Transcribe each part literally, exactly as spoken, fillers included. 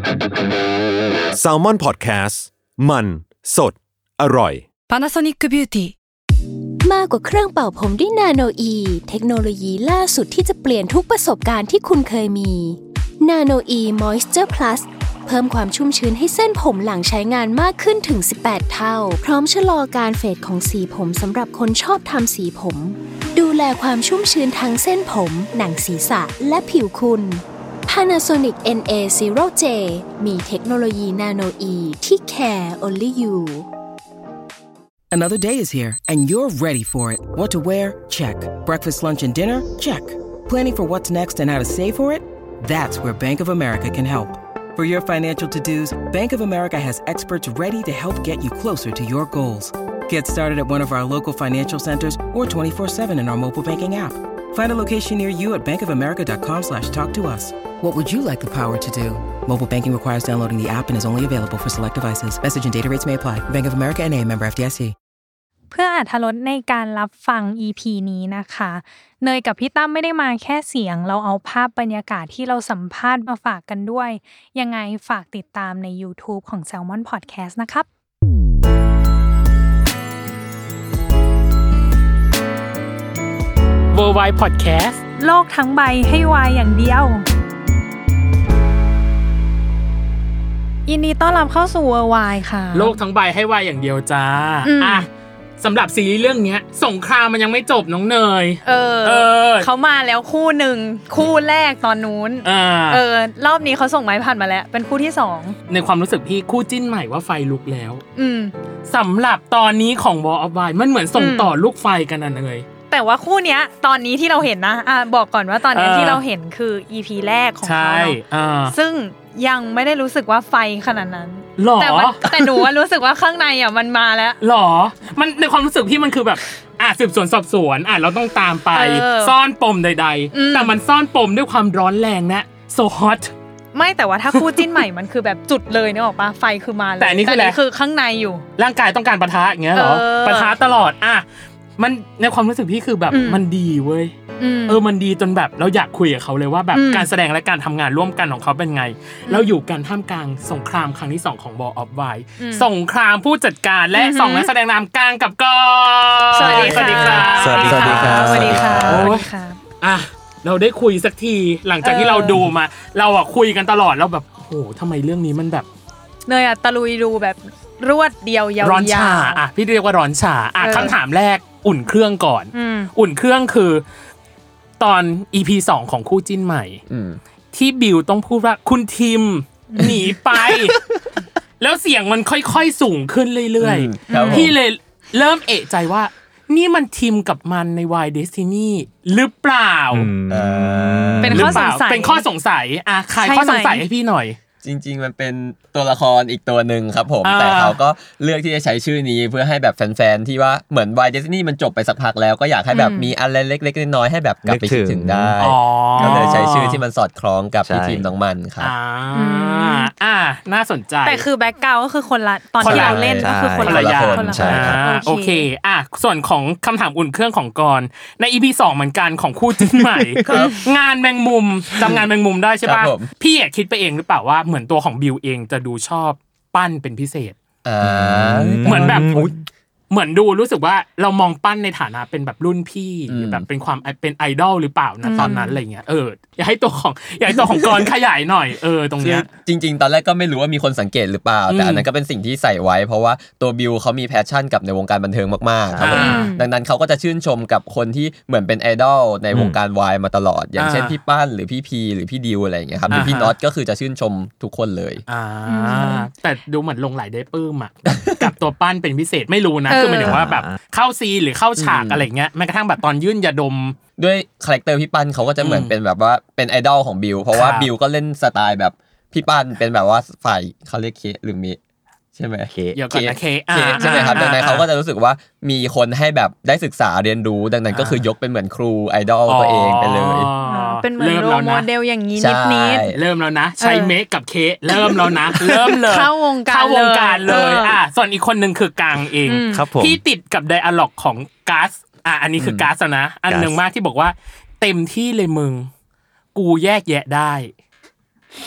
Salmon Podcast มันสดอร่อย Panasonic Beauty มากกว่าเครื่องเป่าผมด้วยนาโนอีเทคโนโลยีล่าสุดที่จะเปลี่ยนทุกประสบการณ์ที่คุณเคยมีนาโนอี Moisture Plus เพิ่มความชุ่มชื้นให้เส้นผมหลังใช้งานมากขึ้นถึงสิบแปดเท่าพร้อมชะลอการเฟดของสีผมสำหรับคนชอบทำสีผมดูแลความชุ่มชื้นทั้งเส้นผมหนังศีรษะและผิวคุณ Panasonic เอ็น เอ ศูนย์ เจ มีเทคโนโลยีนาโนอีที่ care only you Another day is here, and you're ready for it. What to wear? Check. Breakfast, lunch, and dinner? Check. Planning for what's next and how to save for it? That's where Bank of America can help. For your financial to-dos, Bank of America has experts ready to help get you closer to your goals. Get started at one of our local financial centers or twenty-four seven in our mobile banking app. Find a location near you at bankofamerica.com slash talk to us. What would you like the power to do? Mobile banking requires downloading the app and is only available for select devices. Message and data rates may apply. Bank of America N A, member เอฟ ดี เอส ซีเพื่ออรรถรสในการรับฟัง อี พี นี้นะคะเนยกับพี่ตั้มไม่ได้มาแค่เสียงเราเอาภาพบรรยากาศที่เราสัมภาษณ์มาฝากกันด้วยยังไงฝากติดตามใน YouTube ของ Salmon Podcast นะครับ Worldwide Podcast โลกทั้งใบให้วายอย่างเดียวยินดีต้อนรับเข้าสู่ Worldwide ค่ะโลกทั้งใบให้วายอย่างเดียวจ้าอ่ะสำหรับซีรีส์เรื่องนี้สงครามมันยังไม่จบน้องเนยเออเออเขามาแล้วคู่หนึ่งคู่แรกตอนนู้นเออรอบนี้เขาส่งไม้ผ่านมาแล้วเป็นคู่ที่สองในความรู้สึกพี่คู่จิ้นใหม่ว่าไฟลุกแล้วอืมสำหรับตอนนี้ของ World of Wine มันเหมือนส่งต่อลูกไฟกันน่ะเนยแต่ว่าคู่เนี้ยตอนนี้ที่เราเห็นนะอ่ะบอกก่อนว่าตอนนี้ที่เราเห็นคือ อี พี แรกของเขาเนาะซึ่งยังไม่ได้รู้สึกว่าไฟขนาดนั้นแต่ว่าแต่หนูว่ารู้สึกว่าข้างในอ่ะมันมาแล้วหรอมันในความรู้สึกพี่มันคือแบบอ่ะสืบสวนสอบสวนอ่ะเราต้องตามไปซ่อนปมใดๆแต่มันซ่อนปมด้วยความร้อนแรงนะโซฮอตไม่แต่ว่าถ้าคู่จิ้นใหม่มันคือแบบจุดเลยนึกออกป่ะไฟคือมาเลยแต่อันนี้คืออะไรคือข้างในอยู่ร่างกายต้องการปะทะอย่างเงี้ยเหรอปะทะตลอดอ่ะมันในความรู้สึกพี่คือแบบมันดีเว้ยเออมันดีจนแบบเราอยากคุยกับเขาเลยว่าแบบการแสดงและการทำงานร่วมกันของเขาเป็นไงเราอยู่กันท่ามกลางสงครามครั้งที่สองของ World of Wine สงครามผู้จัดการและสองนักแสดงนำกลางกับกอสวัสดีครับสวัสดีครับสวัสดีครับสวัสดีครับอ่ะเราได้คุยสักทีหลังจากที่เราดูมาเราอ่ะคุยกันตลอดแล้วแบบโอ้ทำไมเรื่องนี้มันแบบเนยอ่ะตะลุยดูแบบรวดเดียวยาวๆร้อนฉ่าอ่ะพี่เรียกว่าร้อนฉ่าอ่ะคำถามแรกอุ่นเครื่องก่อนอุ่นเครื่องคือตอน อี พี สองของคู่จิ้นใหม่ที่บิวต้องพูดว่าคุณทิมหนีไปแล้วเสียงมันค่อยๆสูงขึ้นเรื่อยๆพี่เลยเริ่มเอะใจว่านี่มันทิมกับมันใน Why Destiny หรือเปล่าเป็นข้อสงสัยเป็นข้อสงสัยอ่ะใครข้อสงสัยให้พี่หน่อยจริงๆมันเป็นตัวละครอีกตัวนึงครับผมแต่เขาก็เลือกที่จะใช้ชื่อนี้เพื่อให้แบบแฟนๆที่ว่าเหมือน Why Destiny มันจบไปสักพักแล้วก็อยากให้แบบมีอะไรเล็กๆน้อยๆให้แบบกลับไปคิดถึงได้ก็เลยใช้ชื่อที่มันสอดคล้องกับพี่ทีมน้องมันครับอ่าอ่าน่าสนใจแต่คือแบ็คกราวด์ก็คือคนละตอนที่เราเล่นก็คือคนละอย่างใช่ครับโอเคอ่ะส่วนของคำถามอุ่นเครื่องของกรใน อี พี สองเหมือนกันของคู่จิ้นใหม่งานแมงมุมจำงานแมงมุมได้ใช่ป่ะพี่อ่ะคิดไปเองหรือเปล่าว่าเหมือนตัวของบิวเองจะดูชอบปั้นเป็นพิเศษเหมือนแบบเหมือนดูรู้สึกว่าเรามองปั้นในฐานะเป็นแบบรุ่นพี่หรือแบบเป็นความเป็นไอดอลหรือเปล่านะตอนนั้นอะไรเงี้ยเอออยากให้ตัวของอยากให้ตัวของกรขยายหน่อยเออตรงเนี้ยจริงๆตอนแรกก็ไม่รู้ว่ามีคนสังเกตหรือเปล่าแต่อันนั้นก็เป็นสิ่งที่ใส่ไว้เพราะว่าตัวบิวเขามีแพชชั่นกับในวงการบันเทิงมากๆครับดังนั้นเขาก็จะชื่นชมกับคนที่เหมือนเป็นไอดอลในวงการวายมาตลอดอย่างเช่นพี่ปั้นหรือพี่พีหรือพี่ดิวอะไรอย่างเงี้ยครับหรือพี่น็อตก็คือจะชื่นชมทุกคนเลยอ่าแต่ดูเหมือนลงไหลได้ปลื้มอ่ะกับตัวปั้นเป็นพิเศษไม่รู้นะคือหมายถึงว่าแบบเข้าซีหรือเข้าฉากอะไรเงี้ยแม้กระทั่งแบบตอนยื่นยาดมด้วยคาแรคเตอร์พี่ปั้นเขาก็จะเหมือนเป็นแบบว่าเป็นไอดอลของบิวเพราะว่าบิวก็เล่นสไตล์แบบพี่ปั้นเป็นแบบว่าฝ่ายเขาเรียกเคหรือมิใช่ไหมเคเดี๋ยวก่อนนะเคใช่ไหมครับดังนั้นเขาก็จะรู้สึกว่ามีคนให้แบบได้ศึกษาเรียนรู้ดังนั้นก็คือยกเป็นเหมือนครูไอดอลตัวเองไปเลยเป็นเหมือนโรโมเดลอย่างนี้นิดๆเริ่มแล้วนะใช้เมคกับเคเริ่มแล้วนะเริ่มเลยเข้าวงการเข้าวงการเลยอ่ะส่วนอีกคนนึงคือกางเองที่ติดกับไดอะล็อกของก๊าซอ่ะอันนี้คือก๊าซนะอันนึงมากที่บอกว่าเต็มที่เลยมึงกูแยกแยะได้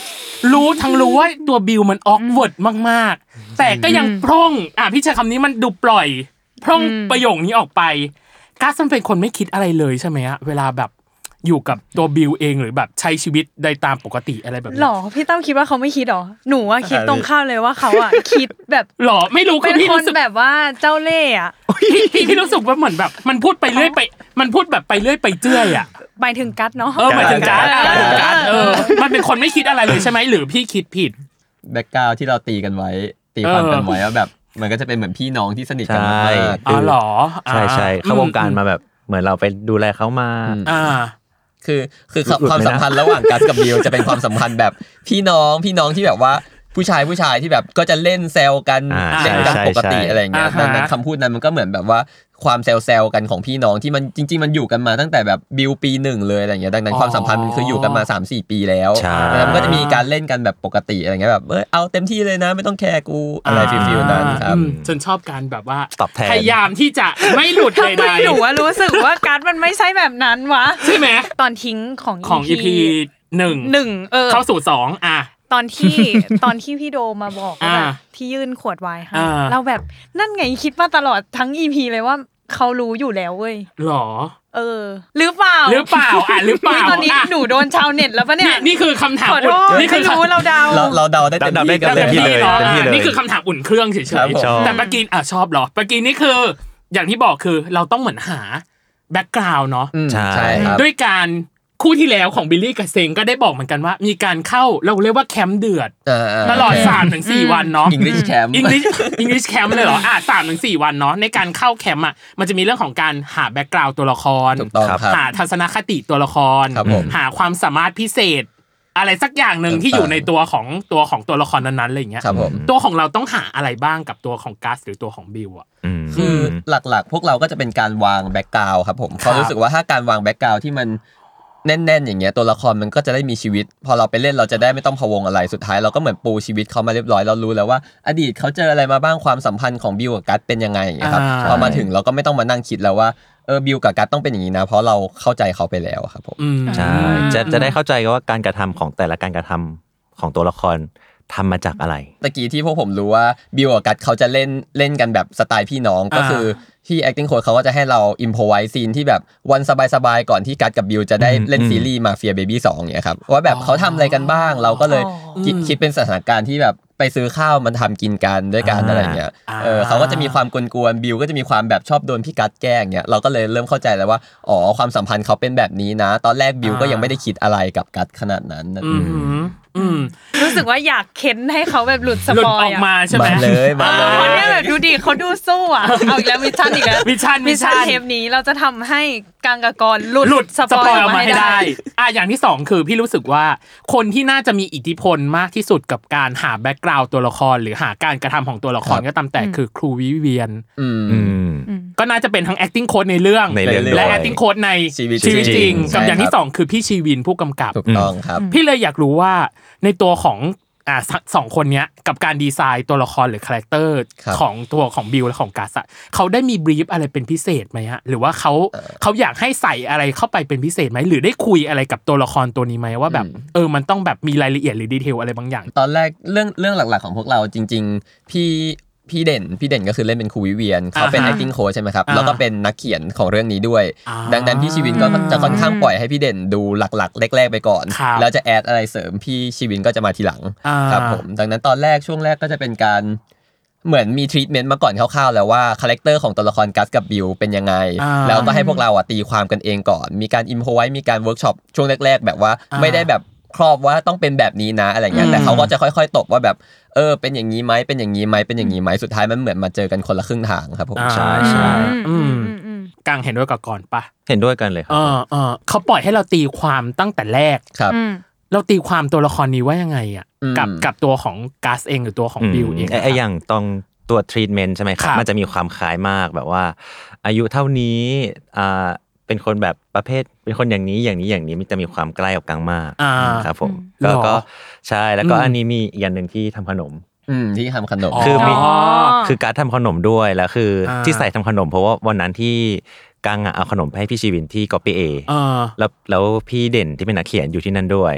รู้ทั้งรู้ว่าตัวบิวมันออกเวิร์ดมากๆแต่ก็ยังพร่องอ่ะพี่ใช้คำนี้มันดูปล่อยพร่องประโยคนี้ออกไปกัสมันเป็นคนไม่คิดอะไรเลยใช่ไหมฮะเวลาแบบอยู่กับตัวบิวเองหรือแบบใช้ชีวิตได้ตามปกติอะไรแบบนี้หรอพี่ตั้มคิดว่าเขาไม่คิดหรอหนูว่าคิดตรงข้ามเลยว่าเขาอ่ะคิดแบบหรอไม่รู้คือพี่รู้สึกแบบว่าเจ้าเล่ห์อ่ะพี่พี่รู้สึกว่าเหมือนแบบมันพูดไปเรื่อยไปมันพูดแบบไปเรื่อยไปเจื่อยอ่ะหมายถึงกัสเนาะเออหมายถึงกัสกัสเออมันเป็นคนไม่คิดอะไรเลยใช่ไหมหรือพี่คิดผิดแบ็คกราวด์ที่เราตีกันไว้ตีความกันไว้ว่าแบบมันก็จะเป็นเหมือนพี่น้องที่สนิทกันมากอ๋อหรอใช่ใช่เข้าวงการมาแบบเหมือนเราไปดูแลเขามาอ่าคือคือความสัมพันธ์ระหว่างกัสกับบิวจะเป็นความสัมพันธ์แบบพี่น้องพี่น้องที่แบบว่าผู้ชายผู้ชายที่แบบก็จะเล่นแซวกันเล่นกันปกติอะไรอย่างเงี้ยดังนั้นคำพูดนั้นมันก็เหมือนแบบว่าความแซวๆกันของพี่น้องที่มันจริงๆมันอยู่กันมาตั้งแต่แบบบิวปีหนึ่งเลยอะไรอย่างเงี้ยดังนั้นความสัมพันธ์มันคืออยู่กันมา สามสี่ ปีแล้วแล้วมันก็จะมีการเล่นกันแบบปกติอะไรเงี้ยแบบเอ้ยเอาเต็มที่เลยนะไม่ต้องแคร์กูอะไรฟิลๆนั้นครับฉันชอบการแบบว่าพยายามที่จะไม่หลุดใดๆหนูว่ารู้สึกว่ากัสมันไม่ใช่แบบนั้นวะใช่ไหมตอนทิ้งของของ อี พี หนึ่งหนึ่งเออเข้าสู่สองอ่ะตอนที่ตอนที่พี่โดมาบอกว่าแบบที่ยื่นขวดไวน์ให้เราแบบนั่นไงคิดมาตลอดทั้ง อี พี เลยว่าเขารู้อยู่แล้วเว้ยหรอเออหรือเปล่าหรือเปล่าอ่ะหรือเปล่าตอนนี้หนูโดนชาวเน็ตแล้วปะเนี่ยนี่คือคำถามนี่คือรู้เราเดาเราเดาได้เต็มที่เต็มที่เลยนี่คือคำถามอุ่นเครื่องเฉยๆแต่เมื่อกี้อ่ะชอบหรอเมื่อกี้นี่คืออย่างที่บอกคือเราต้องเหมือนหาแบ็คกราวด์เนาะใช่ครับด้วยการคู่ที่แล้วของบิลลี่กับเซงก็ได้บอกเหมือนกันว่ามีการเข้าเราเรียกว่าแคมป์เดือดตลอด สามถึงสี่ วันเนาะ English Camp English English Camp เลยเหรออ่ะ สามถึงสี่ วันเนาะในการเข้าแคมป์อ่ะมันจะมีเรื่องของการหาแบ็คกราวด์ตัวละครหาทัศนคติตัวละครหาความสามารถพิเศษอะไรสักอย่างนึงที่อยู่ในตัวของตัวของตัวละครนั้นๆอะไรอย่างเงี้ยตัวของเราต้องหาอะไรบ้างกับตัวของกัสหรือตัวของบิลอ่ะคือหลักๆพวกเราก็จะเป็นการวางแบ็คกราวด์ครับผมเขารู้สึกว่าถ้าการวางแบ็คกราวด์ที่มันแน่นๆอย่างเงี้ยตัวละครมันก็จะได้มีชีวิตพอเราไปเล่นเราจะได้ไม่ต้องพะวงอะไรสุดท้ายเราก็เหมือนปูชีวิตเขามาเรียบร้อยเรารู้แล้วว่าอดีตเขาเจออะไรมาบ้างความสัมพันธ์ของบิวกับกัสเป็นยังไงอย่างเงี้ยครับพอมาถึงเราก็ไม่ต้องมานั่งคิดแล้วว่าเออบิวกับกัสต้องเป็นอย่างนี้นะเพราะเราเข้าใจเขาไปแล้วครับผมใช่จะจะได้เข้าใจว่าการกระทำของแต่ละการกระทำของตัวละครทำมาจากอะไรตะกี้ที่พวกผมรู้ว่าบิวกับกัสเขาจะเล่นเล่นกันแบบสไตล์พี่น้องก็คือที่ acting coach เขาก็จะให้เรา improvise scene ที่แบบวันสบายๆก่อนที่กัสกับบิวจะได้เล่นซีรีส์ Mafia Baby สองเนี่ยครับว่าแบบเขาทำอะไรกันบ้างเราก็เลยคิดเป็นสถานการณ์ที่แบบไปซื้อข้าวมันทำกินกันด้วยกันอะไรเงี้ยเออเขาก็จะมีความกวนๆบิวก็จะมีความแบบชอบโดนพี่กัสแกล้งเงี้ยเราก็เลยเริ่มเข้าใจแล้วว่าอ๋อความสัมพันธ์เขาเป็นแบบนี้นะตอนแรกบิวก็ยังไม่ได้คิดอะไรกับกัสขนาดนั้นรู้สึกว่าอยากเค้นให้เขาแบบหลุดสปอยออกมาใช่ไหมมาเลยมาเลยเพราะเนี่ยแบบดูดิเขาดูสู้อ่ะเอาอีกแล้วมิชชั่นอีกแล้วมิชชั่นมิชชั่นเทปนี้เราจะทำให้กังกรหลุดหลุดสปอยออกมาให้ได้อ่ะอย่างที่สองคือพี่รู้สึกว่าคนที่น่าจะมีอิทธิพลมากที่สุดกับการหาแบ็คกราวด์ตัวละครหรือหาการกระทำของตัวละครก็ตามแต่คือครูวิเวียนก็น่าจะเป็นทั้ง acting coach ในเรื่องและ acting coach ในชีวิตจริงกับอย่างที่สองคือพี่ชีวินผู้กำกับถูกต้องครับพี่เลยอยากรู้ว่าในตัวของอ่าสองคนเนี้ยกับการดีไซน์ตัวละครหรือคาแรคเตอร์ของตัวของบิลและของกัสอะเขาได้มีบรีฟอะไรเป็นพิเศษไหมฮะหรือว่าเขาเขาอยากให้ใส่อะไรเข้าไปเป็นพิเศษไหมหรือได้คุยอะไรกับตัวละครตัวนี้ไหมว่าแบบเออมันต้องแบบมีรายละเอียดหรือดีเทลอะไรบางอย่างตอนแรกเรื่องเรื่องหลักๆของพวกเราจริงๆพี่พี่เด่นพี่เด่นก็คือเล่นเป็นครูวิเวียนเขาเป็น acting coach ใช่ไหมครับแล้วก็เป็นนักเขียนของเรื่องนี้ด้วยดังนั้นพี่ชีวินก็จะค่อนข้างปล่อยให้พี่เด่นดูหลักๆแรกๆไปก่อนแล้วจะแอดอะไรเสริมพี่ชีวินก็จะมาทีหลังครับผมดังนั้นตอนแรกช่วงแรกก็จะเป็นการเหมือนมีทรีทเมนต์มาก่อนคร่าวๆแล้วว่าคาแรคเตอร์ของตัวละครกัสกับบิลเป็นยังไงแล้วก็ให้พวกเราอ่ะตีความกันเองก่อนมีการอิมโพไว้มีการเวิร์กช็อปช่วงแรกๆแบบว่าไม่ได้แบบครอบว่าต้องเป็นแบบนี้นะอะไรเงี้ยแต่เขาก็จะค่อยๆตบว่าแบบเออเป็นอย่างนี้ไหมเป็นอย่างนี้ไหมเป็นอย่างนี้ไหมสุดท้ายมันเหมือนมาเจอกันคนละครึ่งทางครับผมใช่ใช่กางเห็นด้วยกับก่อนปะเห็นด้วยกันเลยครับเออเออเขาปล่อยให้เราตีความตั้งแต่แรกครับเราตีความตัวละครนี้ว่ายังไงอ่ะกับกับตัวของกัสเองหรือตัวของบิลเองไอ้อย่างตรงตัวทรีทเมนต์ใช่ไหมครับมันจะมีความคล้ายมากแบบว่าอายุเท่านี้อ่าเป็นคนแบบประเภทเป็นคนอย่างนี้อย่างนี้อย่างนี้มันจะมีความใกล้กับกังมากครับผมแล้วก็ใช่แล้วก็อันนี้มีอีกอย่างนึงที่ทำขนมอืมที่ทำขนมคือมีคือการทำขนมด้วยแล้วคือที่ใส่ทำขนมเพราะว่าวันนั้นที่กังอ่ะเอาขนมให้พี่ชีวินที่ก๊อปปี้เอแล้วแล้วพี่เด่นที่เป็นนักเขียนอยู่ที่นั่นด้วย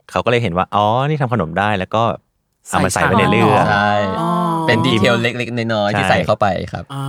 เขาก็เลยเห็นว่าอ๋อนี่ทำขนมได้แล้วก็เอามาใส่ไว้ในเรือใช่เป็นดีเทลเล็กๆน้อยๆที่ใส่เข้าไปครับอ๋อ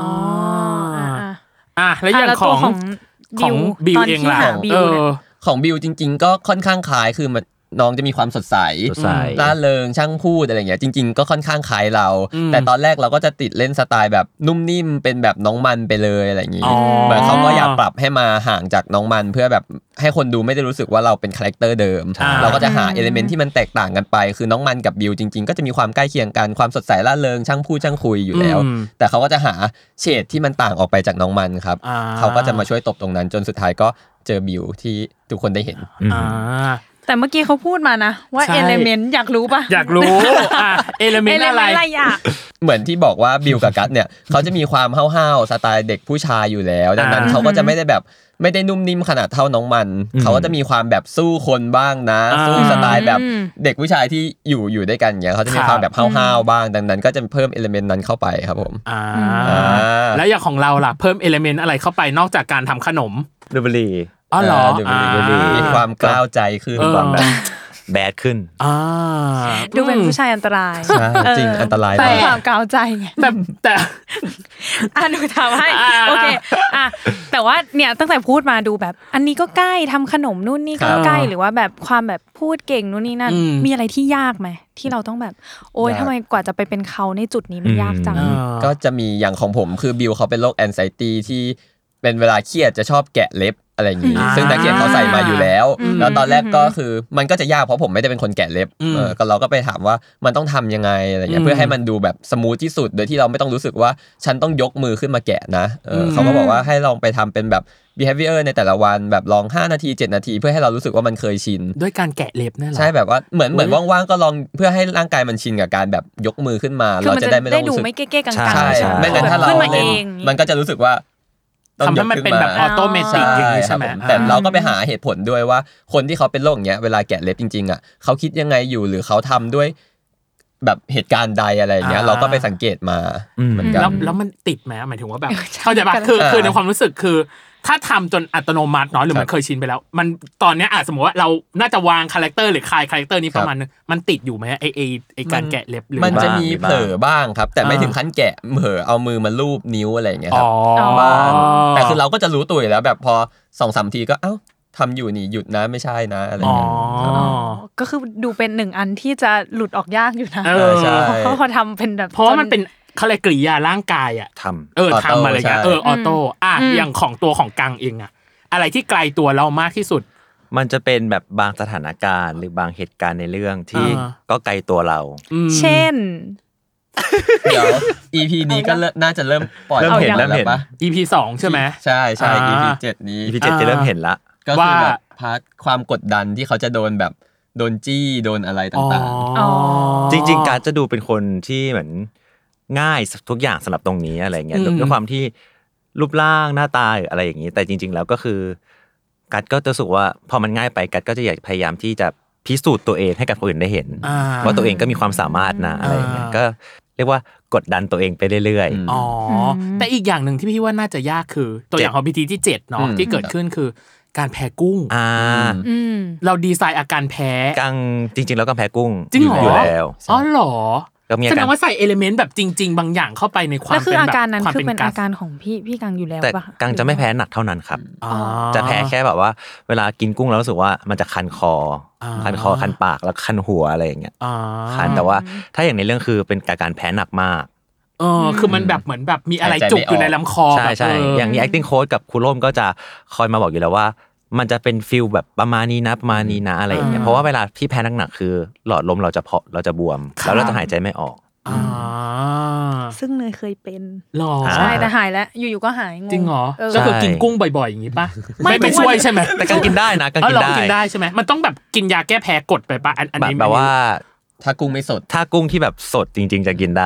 อ่ะแล้วอย่างของของบิวเองล่ะเออของบิวจริงๆก็ค่อนข้างคล้ายคือมันน้องจะมีความสดใสร่าเริงช่างพูดอะไรอย่างเงี้ยจริงๆก็ค่อนข้างคล้ายเราแต่ตอนแรกเราก็จะติดเล่นสไตล์แบบนุ่มนิ่มเป็นแบบน้องมันไปเลยอะไรอย่างงี้เหมือนเขาก็อยากปรับให้มาห่างจากน้องมันเพื่อแบบให้คนดูไม่ได้รู้สึกว่าเราเป็นคาแรคเตอร์เดิมเราก็จะหาเอลิเมนต์ที่มันแตกต่างกันไปคือน้องมันกับบิวจริงๆก็จะมีความใกล้เคียงกันความสดใสร่าเริงช่างพูดช่างคุยอยู่แล้วแต่เขาก็จะหาเฉดที่มันต่างออกไปจากน้องมันครับเขาก็จะมาช่วยตบตรงนั้นจนสุดท้ายก็เจอบิวที่ทุกคนได้เห็นแต่เมื่อกี้เขาพูดมานะว่าเอลิเมนต์อยากรู้ป่ะอยากรู้อ่ะเอลิเมนต์อะไรเหมือนที่บอกว่าบิวกับกัสเนี่ยเขาจะมีความห้าวๆสไตล์เด็กผู้ชายอยู่แล้วดังนั้นเขาก็จะไม่ได้แบบไม่ได้นุ่มนิ่มขนาดเท่าน้องมันเขาก็จะมีความแบบสู้คนบ้างนะสู้สไตล์แบบเด็กผู้ชายที่อยู่อยู่ด้วยกันอย่างเงี้ยเขาจะมีความแบบห้าวๆบ้างดังนั้นก็จะเพิ่มเอลิเมนต์นั้นเข้าไปครับผมอ่าแล้วอย่างของเราล่ะเพิ่มเอลิเมนต์อะไรเข้าไปนอกจากการทำขนมดูบุหรี่อ๋อเหรอมีความกล้าวใจขึ้นความแบบแบดขึ้นอ่าดูเป็นผู้ชายอันตรายใช่จริงอันตรายแต่ความกล้าวใจแต่แต่อ่ะหนูถามให้โอเคอ่ะแต่ว่าเนี่ยตั้งแต่พูดมาดูแบบอันนี้ก็ใกล้ทำขนมนู่นนี่ก็ใกล้หรือว่าแบบความแบบพูดเก่งนู่นนี่นั่นมีอะไรที่ยากไหมที่เราต้องแบบโอ๊ยทำไมกว่าจะไปเป็นเขาในจุดนี้มันยากจังก็จะมีอย่างของผมคือบิวเขาเป็นโรคแอนไซตี้ที่เป็นเวลาเครียดจะชอบแกะเล็บอะไรอย่างงี้ซึ่งนักเขียนเขาใส่มาอยู่แล้วแล้วตอนแรกก็คือมันก็จะยากเพราะผมไม่ได้เป็นคนแกะเล็บเออก็เราก็ไปถามว่ามันต้องทำยังไงอะไรอย่างเงี้ยเพื่อให้มันดูแบบสมูทที่สุดโดยที่เราไม่ต้องรู้สึกว่าฉันต้องยกมือขึ้นมาแกะนะเออเขาก็บอกว่าให้ลองไปทำเป็นแบบ behavior ในแต่ละวันแบบลองห้านาทีเจ็ดนาทีเพื่อให้เรารู้สึกว่ามันเคยชินด้วยการแกะเล็บนั่นแหละใช่แบบว่าเหมือนเหมือนว่างๆก็ลองเพื่อให้ร่างกายมันชินกับการแบบยกมือขึ้นมาเราจะได้ไม่ต้องรู้สึกไม่เก๊ๆกังๆใช่ไม่งั้นถ้าเราเล่นมันก็จะรู้สึกว่าทำให้มันเป็นแบบออโตเมติกอย่างนี้ใช่ไหมแต่เราก็ไปหาเหตุผลด้วยว่าคนที่เขาเป็นโรคอย่างเงี้ยเวลาแกะเล็บจริงๆอ่ะเขาคิดยังไงอยู่หรือเขาทำด้วยแบบเหตุการณ์ใดอะไรอย่างเงี้ยเราก็ไปสังเกตมาเหมือนกันแล้วแล้วมันติดไหมหมายถึงว่าแบบเข้าใจป่ะคือคือในความรู้สึกคือถ้าทำจนอัตโนมัติเนาะหรือมันเคยชินไปแล้วมันตอนนี้อาจสมมติว่าเราน่าจะวางคาแรคเตอร์หรือคลายคาแรคเตอร์นี้ประมาณนึงมันติดอยู่ไหมไอไอไอการแกะเล็บหรือมันจะมีเผลอบ้างครับแต่ไม่ถึงขั้นแกะเผลอเอามือมาลูบนิ้วอะไรอย่างเงี้ยครับบ้างแต่คือเราก็จะรู้ตัวอยู่แล้วแบบพอ สองสาม ทีก็เอ้าทำอยู่นี่หยุดนะไม่ใช่นะอะไรอย่างเงี้ยก็คือดูเป็นหนึ่งอันที่จะหลุดออกยากอยู่นะเพราะพอทำเป็นแบบเพราะมันเป็นเขาเรียกกริยาร่างกายอ่ะทำเออทำอะไรกันเออออโต้อ่ะอย่างของตัวของกังเองอ่ะอะไรที่ไกลตัวเรามากที่สุดมันจะเป็นแบบบางสถานการณ์หรือบางเหตุการณ์ในเรื่องที่ก็ไกลตัวเราเช่นเดี๋ยว อี พี นี้ก็น่าจะเริ่มปล่อยเริ่มเห็นแล้วป่ะอี พี สองใช่ไหมใช่ใช่ อี พี เจ็ดนี้อี พี เจ็ดจะเริ่มเห็นละก็คือแบบพาร์ทความกดดันที่เขาจะโดนแบบโดนจี้โดนอะไรต่างๆจริงๆการจะดูเป็นคนที่เหมือนง่ายทุกอย่างสำหรับตรงนี้อะไรเงี้ยด้วยความที่รูปร่างหน้าตาอะไรอย่างนี้แต่จริงๆแล้วก็คือกัดก็จะรู้สึกว่าพอมันง่ายไปกัดก็จะอยากพยายามที่จะพิสูจน์ตัวเองให้กับคนอื่นได้เห็นว่าตัวเองก็มีความสามารถนะอะไรอย่างเงี้ยก็เรียกว่ากดดันตัวเองไปเรื่อยๆอ๋อแต่อีกอย่างนึงที่พี่ว่าน่าจะยากคือตัวอย่างของ พี ที ที่เจ็ดเนาะที่เกิดขึ้นคือการแพ้กุ้งอ่าเราดีไซน์อาการแพ้กังจริงๆแล้วก็แพ้กุ้งอยู่แล้วอ๋อเหรอแสดงว่าใส่เอลิเมนต์แบบจริงๆบางอย่างเข้าไปในความเป็นแบบคืออาการนั้นคือเป็นอาการของพี่พี่กังอยู่แล้วป่ะแต่กังจะไม่แพ้หนักเท่านั้นครับจะแพ้แค่แบบว่าเวลากินกุ้งแล้วรู้สึกว่ามันจะคันคอคันคอคันปากแล้วคันหัวอะไรอย่างเงี้ยคันแต่ว่าถ้าอย่างในเรื่องคือเป็นอาการแพ้หนักมากเออคือมันแบบเหมือนแบบมีอะไรจุกอยู่ในลำคอใช่ใช่อย่างนี้ acting coach กับครูร่มก็จะคอยมาบอกอยู่แล้วว่ามันจะเป็นฟิลแบบประมาณนี้นะประมาณนี้นะอะไรอย่างเงี้ยเพราะว่าเวลาที่แพ้หนักๆคือหลอดลมเราจะเพาะเราจะบวมแล้วเราจะหายใจไม่ออกซึ่งเนยเคยเป็นหรอใช่แต่หายแล้วอยู่ๆก็หายจริงเหรอก็คือกินกุ้งบ่อยๆอย่างงี้ป่ะไม่ไปช่วยใช่ไหมแต่กังกินได้นะกังกินได้กินได้ใช่ไหมมันต้องแบบกินยาแก้แพ้กดไปป่ะอันนี้แบบว่าถ้ากุ้งไม่สดถ้ากุ้งที่แบบสดจริงๆจะกินได้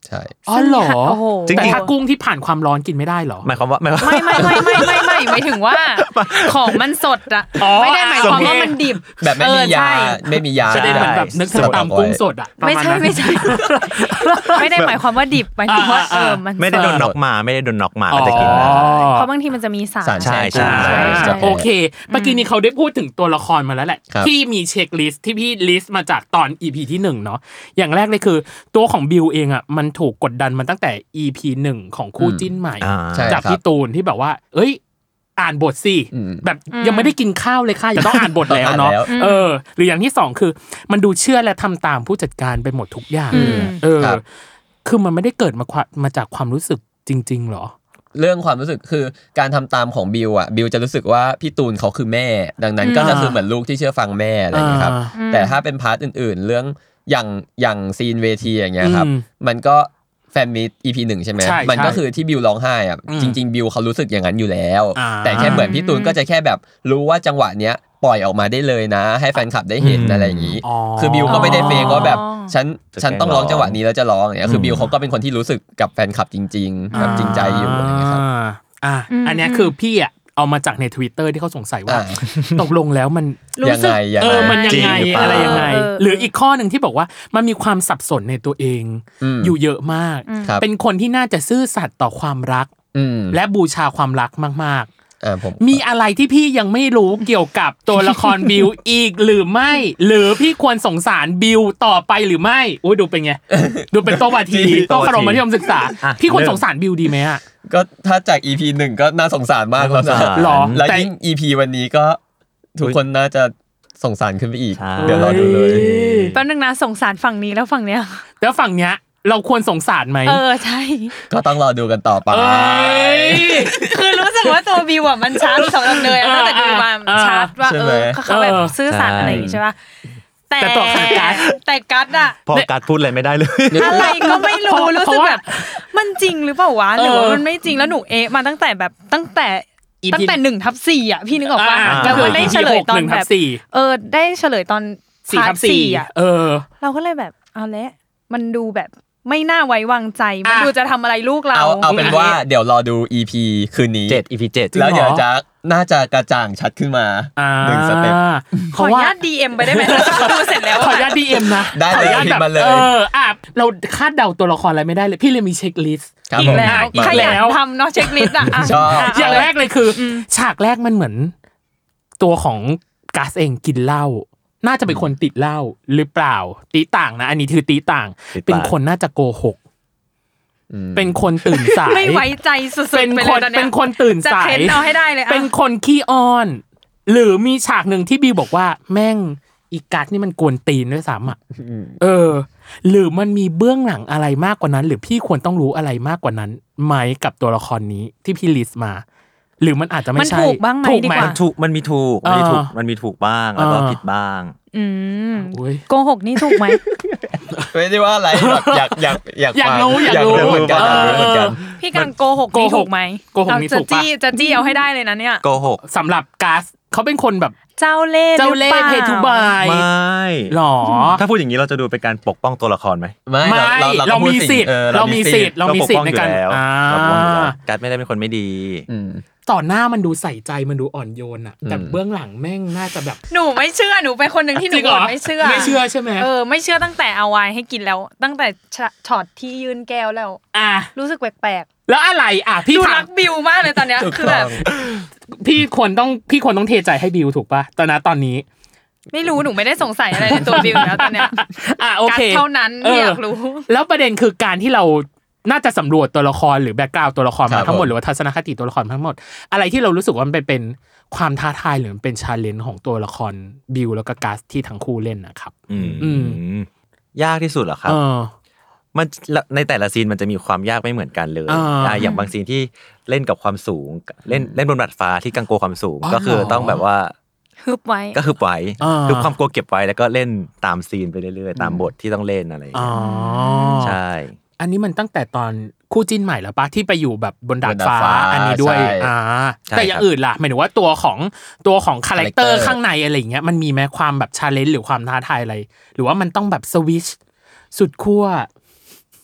ใช่อ๋อเหรอแต่ถ้ากุ้งที่ผ่านความร้อนกินไม่ได้เหรอหมายความว่าไม่ไม่ไม่ไม่ไม่ไม่ไม่หมายถึงว่าของมันสดอ่ะไม่ได้หมายความว่ามันดิบแบบไม่มียาไม่มียาจะได้เหมือนแบบนึกถึงตำกุ้งสดอ่ะไม่ใช่ไม่ใช่ไม่ได้หมายความว่าดิบหมายถึงว่าเออมันไม่ได้โดนน็อกมาไม่ได้โดนน็อกมาก็จะกินได้เพราะบางทีมันจะมีสารใช่ใช่โอเคเมื่อกี้นี้เขาได้พูดถึงตัวละครมาแล้วแหละที่มีเช็คลิสต์ที่พี่ลิสต์มาจากตอน อี พี ที่หนึ่งเนาะอย่างแรกเลยคือตัวของบิลเองอ่ะมันถูกกดดันมาตั้งแต่ อี พี หนึ่งของคู่จิ้นใหม่จากพี่ตูนที่แบบว่าเอ้ยอ่านบทสิแบบยังไม่ได้กินข้าวเลยค่ะยังต้องอ่านบทแล้วเนาะเออหรืออย่างที่สองคือมันดูเชื่อและทำตามผู้จัดการไปหมดทุกอย่างเออคือมันไม่ได้เกิดมามาจากความรู้สึกจริงๆหรอเรื่องความรู้สึกคือการทำตามของบิลอ่ะบิลจะรู้สึกว่าพี่ตูนเขาคือแม่ดังนั้นก็จะคือเหมือนลูกที่เชื่อฟังแม่อะไรอย่างเงี้ยครับแต่ถ้าเป็นพาร์ทอื่นๆเรื่องอย่างอย่างซีนเวทีอย่างเงี้ยครับมันก็แฟนมีต อี พี หนึ่งใช่ไหมมันก็คือที่บิลร้องไห้อ่ะจริงๆบิลเขารู้สึกอย่างนั้นอยู่แล้วแต่แค่เหมือนพี่ตูนก็จะแค่แบบรู้ว่าจังหวะเนี้ยปล่อยออกมาได้เลยนะให้แฟนคลับได้เห็นอะไรอย่างงี้คือบิลก็ไม่ได้เฟกว่าแบบฉันฉันต้องร้องจังหวะนี้แล้วจะร้องอย่างเงี้ยคือบิลเขาก็เป็นคนที่รู้สึกกับแฟนคลับจริงๆแบบจริงใจอยู่อะไรอย่างเงี้ยครับอ่าอันนี้คือพี่อ่ะเอามาจากใน Twitter ที่เขาสงสัยว่าตกลงแล้วมันรู้สึกเออมันยังไงอะไรยังไงหรืออีกข้อนึงที่บอกว่ามันมีความสับสนในตัวเองอยู่เยอะมากเป็นคนที่น่าจะซื่อสัตย์ต่อความรักและบูชาความรักมากๆมีอะไรที่พี่ยังไม่รู้เกี่ยวกับตัวละครบิลอีกหรือไม่หรือพี่ควรสงสารบิลต่อไปหรือไม่อุ้ยดูเป็นไงดูเป็นโตวาทีโตขนมมัธยมศึกษาพี่ควรสงสารบิลดีไหมอ่ะก็ถ้าจาก อี พี หนึ่งก็น่าสงสารมากแล้วนะแล้วยิ่ง อี พี วันนี้ก็ทุกคนน่าจะสงสารขึ้นไปอีกเดี๋ยวรอดูเลยแป๊บนึงนะสงสารฝั่งนี้แล้วฝั่งเนี้ยแล้วฝั่งเนี้ยเราควรสงสารไหมเออใช่ก็ต้องรอดูกันต่อไปคือรู้สึกว่าตัวบิวอ่ะมันชัดสำหรับเนยตั้งแต่ดูมาชัดว่าเออเขาแบบซื่อสัตย์อะไรอย่างงี้ใช่ป่ะแต่ตัวกัดแต่กัดอ่ะพอกัดพูดอะไรไม่ได้เลยอะไรก็ไม่รู้รู้สึกแบบมันจริงหรือเปล่าวะหรือว่ามันไม่จริงแล้วหนูเอะมาตั้งแต่แบบตั้งแต่ตั้งแต่หนึ่งทับสี่อ่ะพี่นึกออกป่ะแล้วมันได้เฉลยตอนแบบเออได้เฉลยตอนสี่ทับสี่อ่ะเออเราก็เลยแบบเอาละมันดูแบบไม่น่าไว้วางใจมันดูจะทำอะไรลูกเราเอาเอาเป็นว่าเดี๋ยวรอดู อี พี คืนนี้เจ็ด อี พี เจ็ดแล้วเดี๋ยวจะน่าจะกระจ่างชัดขึ้นมาหนึ่งสเต็ปขออนุญาต ดี เอ็ม ไปได้ไหมดูเสร็จแล้วขออนุญาต ดี เอ็ม นะได้เลยพิมพ์มาเลยเอออ่ะเราคาดเดาตัวละครอะไรไม่ได้เลยพี่เลยมีเช็คลิสต์อีกแล้วใครอยากทำเนาะเช็คลิสต์อ่ะชอบอย่างแรกเลยคือฉากแรกมันเหมือนตัวของก๊าซเองกินเหล้าน่าจะเป็นคนติดเหล้าหรือเปล่าตีต่างนะอันนี้คือตีต่างเป็นคนน่าจะโกหกเป็นคนตื่นสายไม่ไว้ใจสุดๆไปเลยตอนนี้เป็นคนตื่นสายจะเค้นเอาให้ได้เลยเป็นคนขี้อ้อนหรือมีฉากนึงที่บิวบอกว่าแม่งอีกัสนี่มันกวนตีนด้วยซ้ำอ่ะเออหรือมันมีเบื้องหลังอะไรมากกว่านั้นหรือพี่ควรต้องรู้อะไรมากกว่านั้นไหมกับตัวละครนี้ที่พี่ลิสต์มาหรือมันอาจจะไม่ใช่ถูกบ้างไหมดีกว่าถูกมันมีถูกมันมีถูกมันมีถูกบ้างแล้วก็ผิดบ้างอืมโกหกนี่ถูกไหมไม่ได้ว่าอะไรแบบอยากอยากอยากอยากรู้อยากรู้เหมือนกันเหมือนกันพี่กันโกหกนี่ถูกไหมโกหกนี่ถูกป่ะจะจี้เอาให้ได้เลยนะเนี่ยโกหกสำหรับก๊าซเขาเป็นคนแบบเจ้าเล่ห์เจ้าเล่ห์เพทุบายไม่หรอถ้าพูดอย่างนี้เราจะดูเป็นการปกป้องตัวละครไหมไม่เรามีสิทธิ์เรามีสิทธิ์เรามีสิทธิ์ในการการไม่ได้เป็นคนไม่ดีต่อหน้ามันดูใส่ใจมันดูอ่อนโยนอ่ะแต่เบื้องหลังแม่งน่าจะแบบหนูไม่เชื่อหนูเป็นคนนึงที่หนูไม่เชื่อไม่เชื่อใช่ไหมเออไม่เชื่อตั้งแต่เอาไวน์ให้กินแล้วตั้งแต่ช็อตที่ยื่นแก้วแล้วอ่ะรู้สึกแปลกๆแล้วอะไรอ่ะพี่ดูรักบิวมากเลยตอนเนี้ยคือแบบพี่ควรต้องพี่ควรต้องเทใจให้บิวถูกป่ะตอนนั้นตอนนี้ไม่รู้หนูไม่ได้สงสัยอะไรในตัวบิวแล้วตอนเนี้ยอ่ะโอเคเท่านั้นอยากรู้แล้วประเด็นคือการที่เราน่าจะสำรวจตัวละครหรือแบ็คกราวด์ตัวละครมาทั้งหมดหรือว่าทัศนคติตัวละครทั้งหมดอะไรที่เรารู้สึกว่ามันเป็นความท้าทายหรือมันเป็นชาเลนจ์ของตัวละครบิวแล้วก็กัสที่ทั้งคู่เล่นนะครับอืมยากที่สุดเหรอครับมันในแต่ละซีนมันจะมีความยากไม่เหมือนกันเลยอย่างบางซีนที่เล่นกับความสูงเล่นเล่นบนดาดฟ้าที่กังโกความสูงก็คือต้องแบบว่าฮึบไว้ก็ฮึบไว้ฮึบความกลัวเก็บไว้แล้วก็เล่นตามซีนไปเรื่อยๆตามบทที่ต้องเล่นอะไรอย่างเงี้ยใช่อันนี้มันตั้งแต่ตอนคู่จิ้นใหม่แล้วปะที่ไปอยู่แบบบนดาดฟ้าอันนี้ด้วยอ่าแต่อย่างอื่นล่ะหมายถึงว่าตัวของตัวของคาแรคเตอร์ข้างในอะไรอย่างเงี้ยมันมีไหมความแบบชาเลนจ์หรือความท้าทายอะไรหรือว่ามันต้องแบบสวิชสุดขั้ว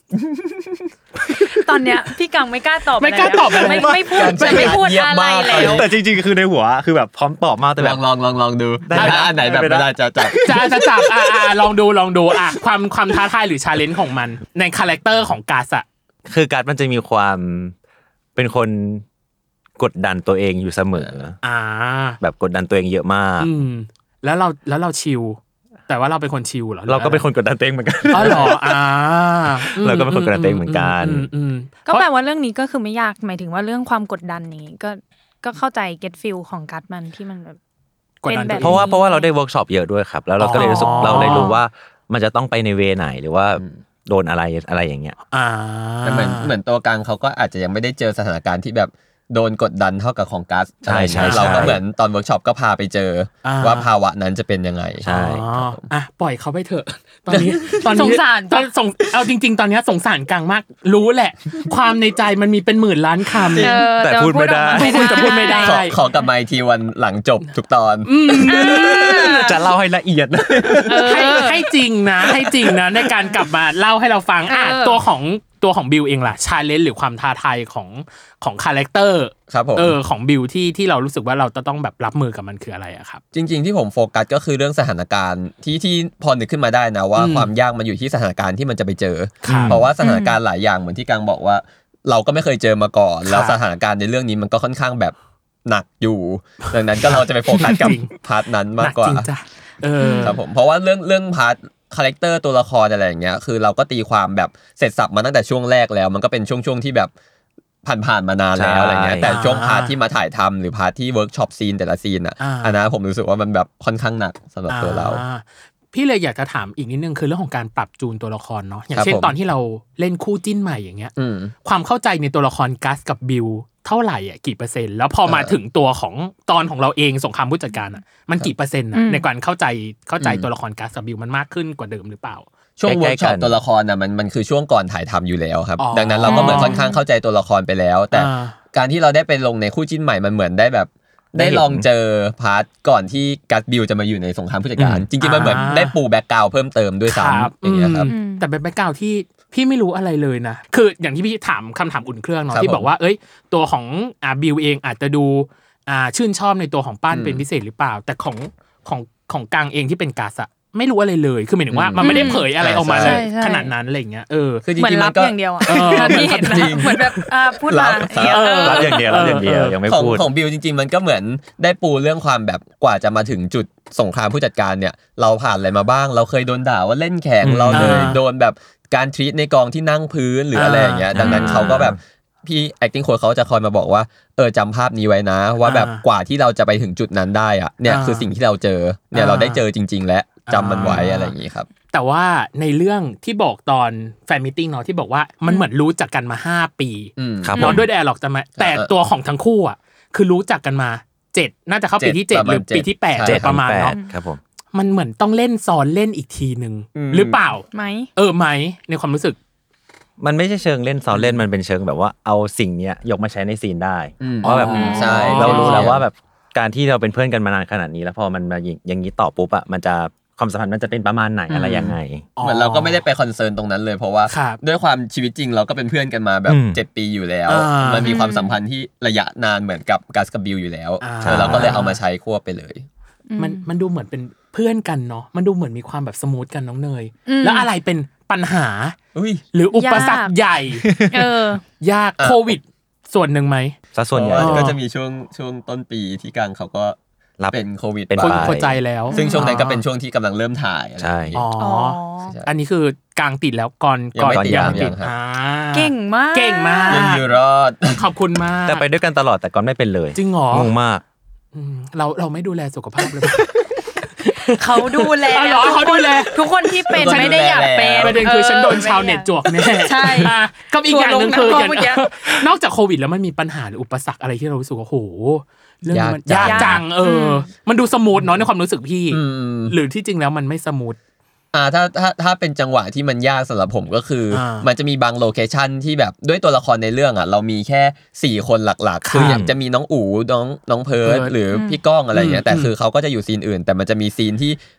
ตอนเนี้ยพี่กังไม่กล้าตอบไม่กล้าตอบอะไรไม่ไม่พูดจะไม่พูดอะไรแล้วแต่จริงๆคือในหัวคือแบบพร้อมตอบมากแต่ลแบอบ งลองลองลองดูได้ถ้าอันไหนแบบไม่ได้จะจับจะจะจับอ่าลองดูลองดูอ่ะความความท้าทายหรือชาเลนจ์ของมันในคาแรคเตอร์ของกาสอะคือการมันจะมีความเป็นคนกดดันตัวเองอยู่เสมออ่าแบบกดดันตัวเองเยอะมากอืมแล้วเราแล้วเราชิลแต่ว่าเราเป็นคนชิลเหรอเราก็เป็นคนกดดันตัวเองเหมือนกันอ๋อเหรออ่าเราก็เป็นคนกดดันตัวเองเหมือนกันก็แปลว่าเรื่องนี้ก็คือไม่ยากหมายถึงว่าเรื่องความกดดันนี้ก็ก็เข้าใจ get feel ของกัดมันที่มันแบบเป็นแบบเพราะว่าเพราะว่าเราได้เวิร์กช็อปเยอะด้วยครับแล้วเราก็เลยรู้สึกเราเลยรู้ว่ามันจะต้องไปในเวไหนหรือว่าโดนอะไรอะไรอย่างเงี้ยอ่าแต่เหมือนเหมือนตัวกลางเขาก็อาจจะยังไม่ได้เจอสถานการณ์ที่แบบโดนกดดันเท่ากับของกัสใช่ใช่เราก็เหมือนตอนเวิร์กช็อปก็พาไปเจอว่าภาวะนั้นจะเป็นยังไงใช่อ่ะปล่อยเขาไปเถอะตอนนี้ตอนนี้สงสารตอนสงเอาจริงๆตอนนี้สงสารกลางมากรู้แหละความในใจมันมีเป็นหมื่นล้านคำแต่พูดไม่ได้พูดจะพูดไม่ได้ขอกลับมาอีกทีวันหลังจบทุกตอนจะเล่าให้ละเอียดให้ให้จริงนะให้จริงนะในการกลับมาเล่าให้เราฟังอ่ะตัวของตัวของบิวเองล่ะชาเลนจ์หรือความท้าทายของของคาแรคเตอร์ครับผมเออของบิวที่ที่เรารู้สึกว่าเราจะต้องแบบรับมือกับมันคืออะไรอะครับจริงๆที่ผมโฟกัสก็คือเรื่องสถานการณ์ที่ที่พอนึกขึ้นมาได้นะว่าความยากมันอยู่ที่สถานการณ์ที่มันจะไปเจอเพราะว่าสถานการณ์หลายอย่างเหมือนที่กังบอกว่าเราก็ไม่เคยเจอมาก่อนแล้วสถานการณ์ในเรื่องนี้มันก็ค่อนข้างแบบหนักอยู่ดังนั้นก็เราจะไปโฟกัสกับพาร์ทนั้นมากกว่าเออครับผมเพราะว่าเรื่องเรื่องพาร์ทคาแรคเตอร์ตัวละครอะไรอย่างเงี้ยคือเราก็ตีความแบบเสร็จสับมาตั้งแต่ช่วงแรกแล้วมันก็เป็นช่วงๆที่แบบผ่านๆมานานแล้วอะไรเงี้ยแต่ช่วงพาร์ทที่มาถ่ายทำหรือพาร์ทที่เวิร์กช็อปซีนแต่ละซีนอ่ะอันนั้นผมรู้สึกว่ามันแบบค่อนข้างหนักสำหรับตัวเราพี่เลยอยากจะถามอีกนิดนึงคือเรื่องของการปรับจูนตัวละครเนาะอย่างเช่นตอนที่เราเล่นคู่จิ้นใหม่อย่างเงี้ยความเข้าใจในตัวละครกัสกับบิวเท่าไหร่อ่ะกี่เปอร์เซ็นต์แล้วพอมาถึงตัวของตอนของเราเองสงครามผู้จัดการอ่ะมันกี่เปอร์เซ็นต์อ่ะในการเข้าใจเข้าใจตัวละครกัสกับบิวมันมากขึ้นกว่าเดิมหรือเปล่าช่วงเวิร์กช็อปตัวละครน่ะมันมันคือช่วงก่อนถ่ายทำอยู่แล้วครับดังนั้นเราก็เหมือนค่อนข้างเข้าใจตัวละครไปแล้วแต่การที่เราได้ไปลงในคู่จิ้นใหม่มันเหมือนได้แบบได้ลองเจอพาร์ทก่อนที่กัสบิวจะมาอยู่ในสงครามผู้จัดการจริงๆมันเหมือนได้ปูแบ็คกราวด์เพิ่มเติมด้วยซ้ำอย่างเงี้ยครับแต่เป็นแบ็คกราวด์ที่พี่ไม่รู้อะไรเลยนะคืออย่างที่พี่ถามคำถามอุ่นเครื่องเนาะที่บอกว่าเอ้ยตัวของอ่าบิวเองอาจจะดูอ่าชื่นชอบในตัวของปั้นเป็นพิเศษหรือเปล่าแต่ของของของกังเองที่เป็นกัสอะไม่รู้อะไรเลยคือหมายถึงว่ามันไม่ได้เผยอะไรออกมาเลยขนาดนั้นอะไรอย่างเงี้ยเออคือจริงๆมันก็อย่างเดียวอ่ะที่เห็นเหมือนแบบอ่าพูดมารับอย่างเดียวรับอย่างเดียวยังไม่พูดของบิวจริงๆมันก็เหมือนได้ปูเรื่องความแบบกว่าจะมาถึงจุดสงครามผู้จัดการเนี่ยเราผ่านอะไรมาบ้างเราเคยโดนด่าว่าเล่นแข็งเราเลยโดนแบบการทรีตในกองที่นั่งพื้นหรืออะไรอย่างเงี้ยดังนั้นเขาก็แบบพี่ acting coach เขาจะคอยมาบอกว่าเออจำภาพนี้ไว้นะว่าแบบกว่าที่เราจะไปถึงจุดนั้นได้อ่ะเนี่ยคือสิ่งที่เราเจอเนี่ยเราได้เจอจริงๆแล้วจำมันไว้อะไรอย่างงี้ครับแต่ว่าในเรื่องที่บอกตอนแฟนมิทติ้งเนาะที่บอกว่ามันเหมือนรู้จักกันมาห้าปีเนาะด้วยไดอะล็อกจะมาแต่ตัวของทั้งคู่อ่ะคือรู้จักกันมาเจ็ดน่าจะเข้าปีที่เจ็ดหรือปีที่แปดประมาณเนาะครับผมมันเหมือนต้องเล่นซ้อนเล่นอีกทีนึงหรือเปล่ามั้ยเออมั้ยในความรู้สึกมันไม่ใช่เชิงเล่นซ้อนเล่นมันเป็นเชิงแบบว่าเอาสิ่งเนี้ยยกมาใช้ในซีนได้เพราะแบบใช่เรารู้แล้วว่าแบบการที่เราเป็นเพื่อนกันมานานขนาดนี้แล้วพอมันมาอย่างนี้ต่อปุ๊บอ่ะมันจะความสัมพันธ์มันจะเป็นประมาณไหนอะไรยังไงเหมือนเราก็ไม่ได้ไปคอนเซิร์นตรงนั้นเลยเพราะว่าด้วยความชีวิตจริงเราก็เป็นเพื่อนกันมาแบบเจ็ดปีอยู่แล้วมันมีความสัมพันธ์ที่ระยะนานเหมือนกับกัสกับบิวอยู่แล้วเราก็เลยเอามาใช้ควบไปเลยมันมันดูเหมือนเป็นเพื่อนกันเนาะมันดูเหมือนมีความแบบสมูทกันน้องเนยแล้วอะไรเป็นปัญหาหรืออุปสรรคใหญ่เออยากโควิดส่วนหนึ่งไหมซะส่วนใหญ่ก็จะมีช่วงช่วงต้นปีที่กลางเขาก็เป็นโควิดเป็นคนใจแล้วซึ่งช่วงนั้นก็เป็นช่วงที่กำลังเริ่มถ่ายใช่อ๋ออันนี้คือกลางติดแล้วก่อนก่อนยังติดเก่งมากเก่งมากยังอยู่รอดขอบคุณมากแต่ไปด้วยกันตลอดแต่ก่อนไม่เป็นเลยจริงเหรองงมากเราเราไม่ดูแลสุขภาพเลยเขาดูแลเขาดูแลทุกคนที่เป็นไม่ได้อยากเป็นประเด็นคือฉันโดนชาวเน็ตจวกแน่ใช่ก็อีกอย่างนึงคือนอกจากโควิดแล้วมันมีปัญหาหรืออุปสรรคอะไรที่เรารู้สึกว่าโหเรื่องมันยากจังเออมันดูสมูทเนาะในความรู้สึกพี่หรือที่จริงแล้วมันไม่สมูทอ่าถ้าถ้าถ้าเป็นจังหวะที่มันยากสำหรับผมก็คือมันจะมีบางโลเคชั่นที่แบบด้วยตัวละครในเรื่องอ่ะเรามีแค่สี่คนหลักๆคืออย่างจะมีน้องอู๋น้องน้องเพิร์ทหรือพี่ก้องอะไรอย่างเงี้ยแต่คือเขาก็จะอยู่ซีนอื่นแต่มันจะมีซีนที่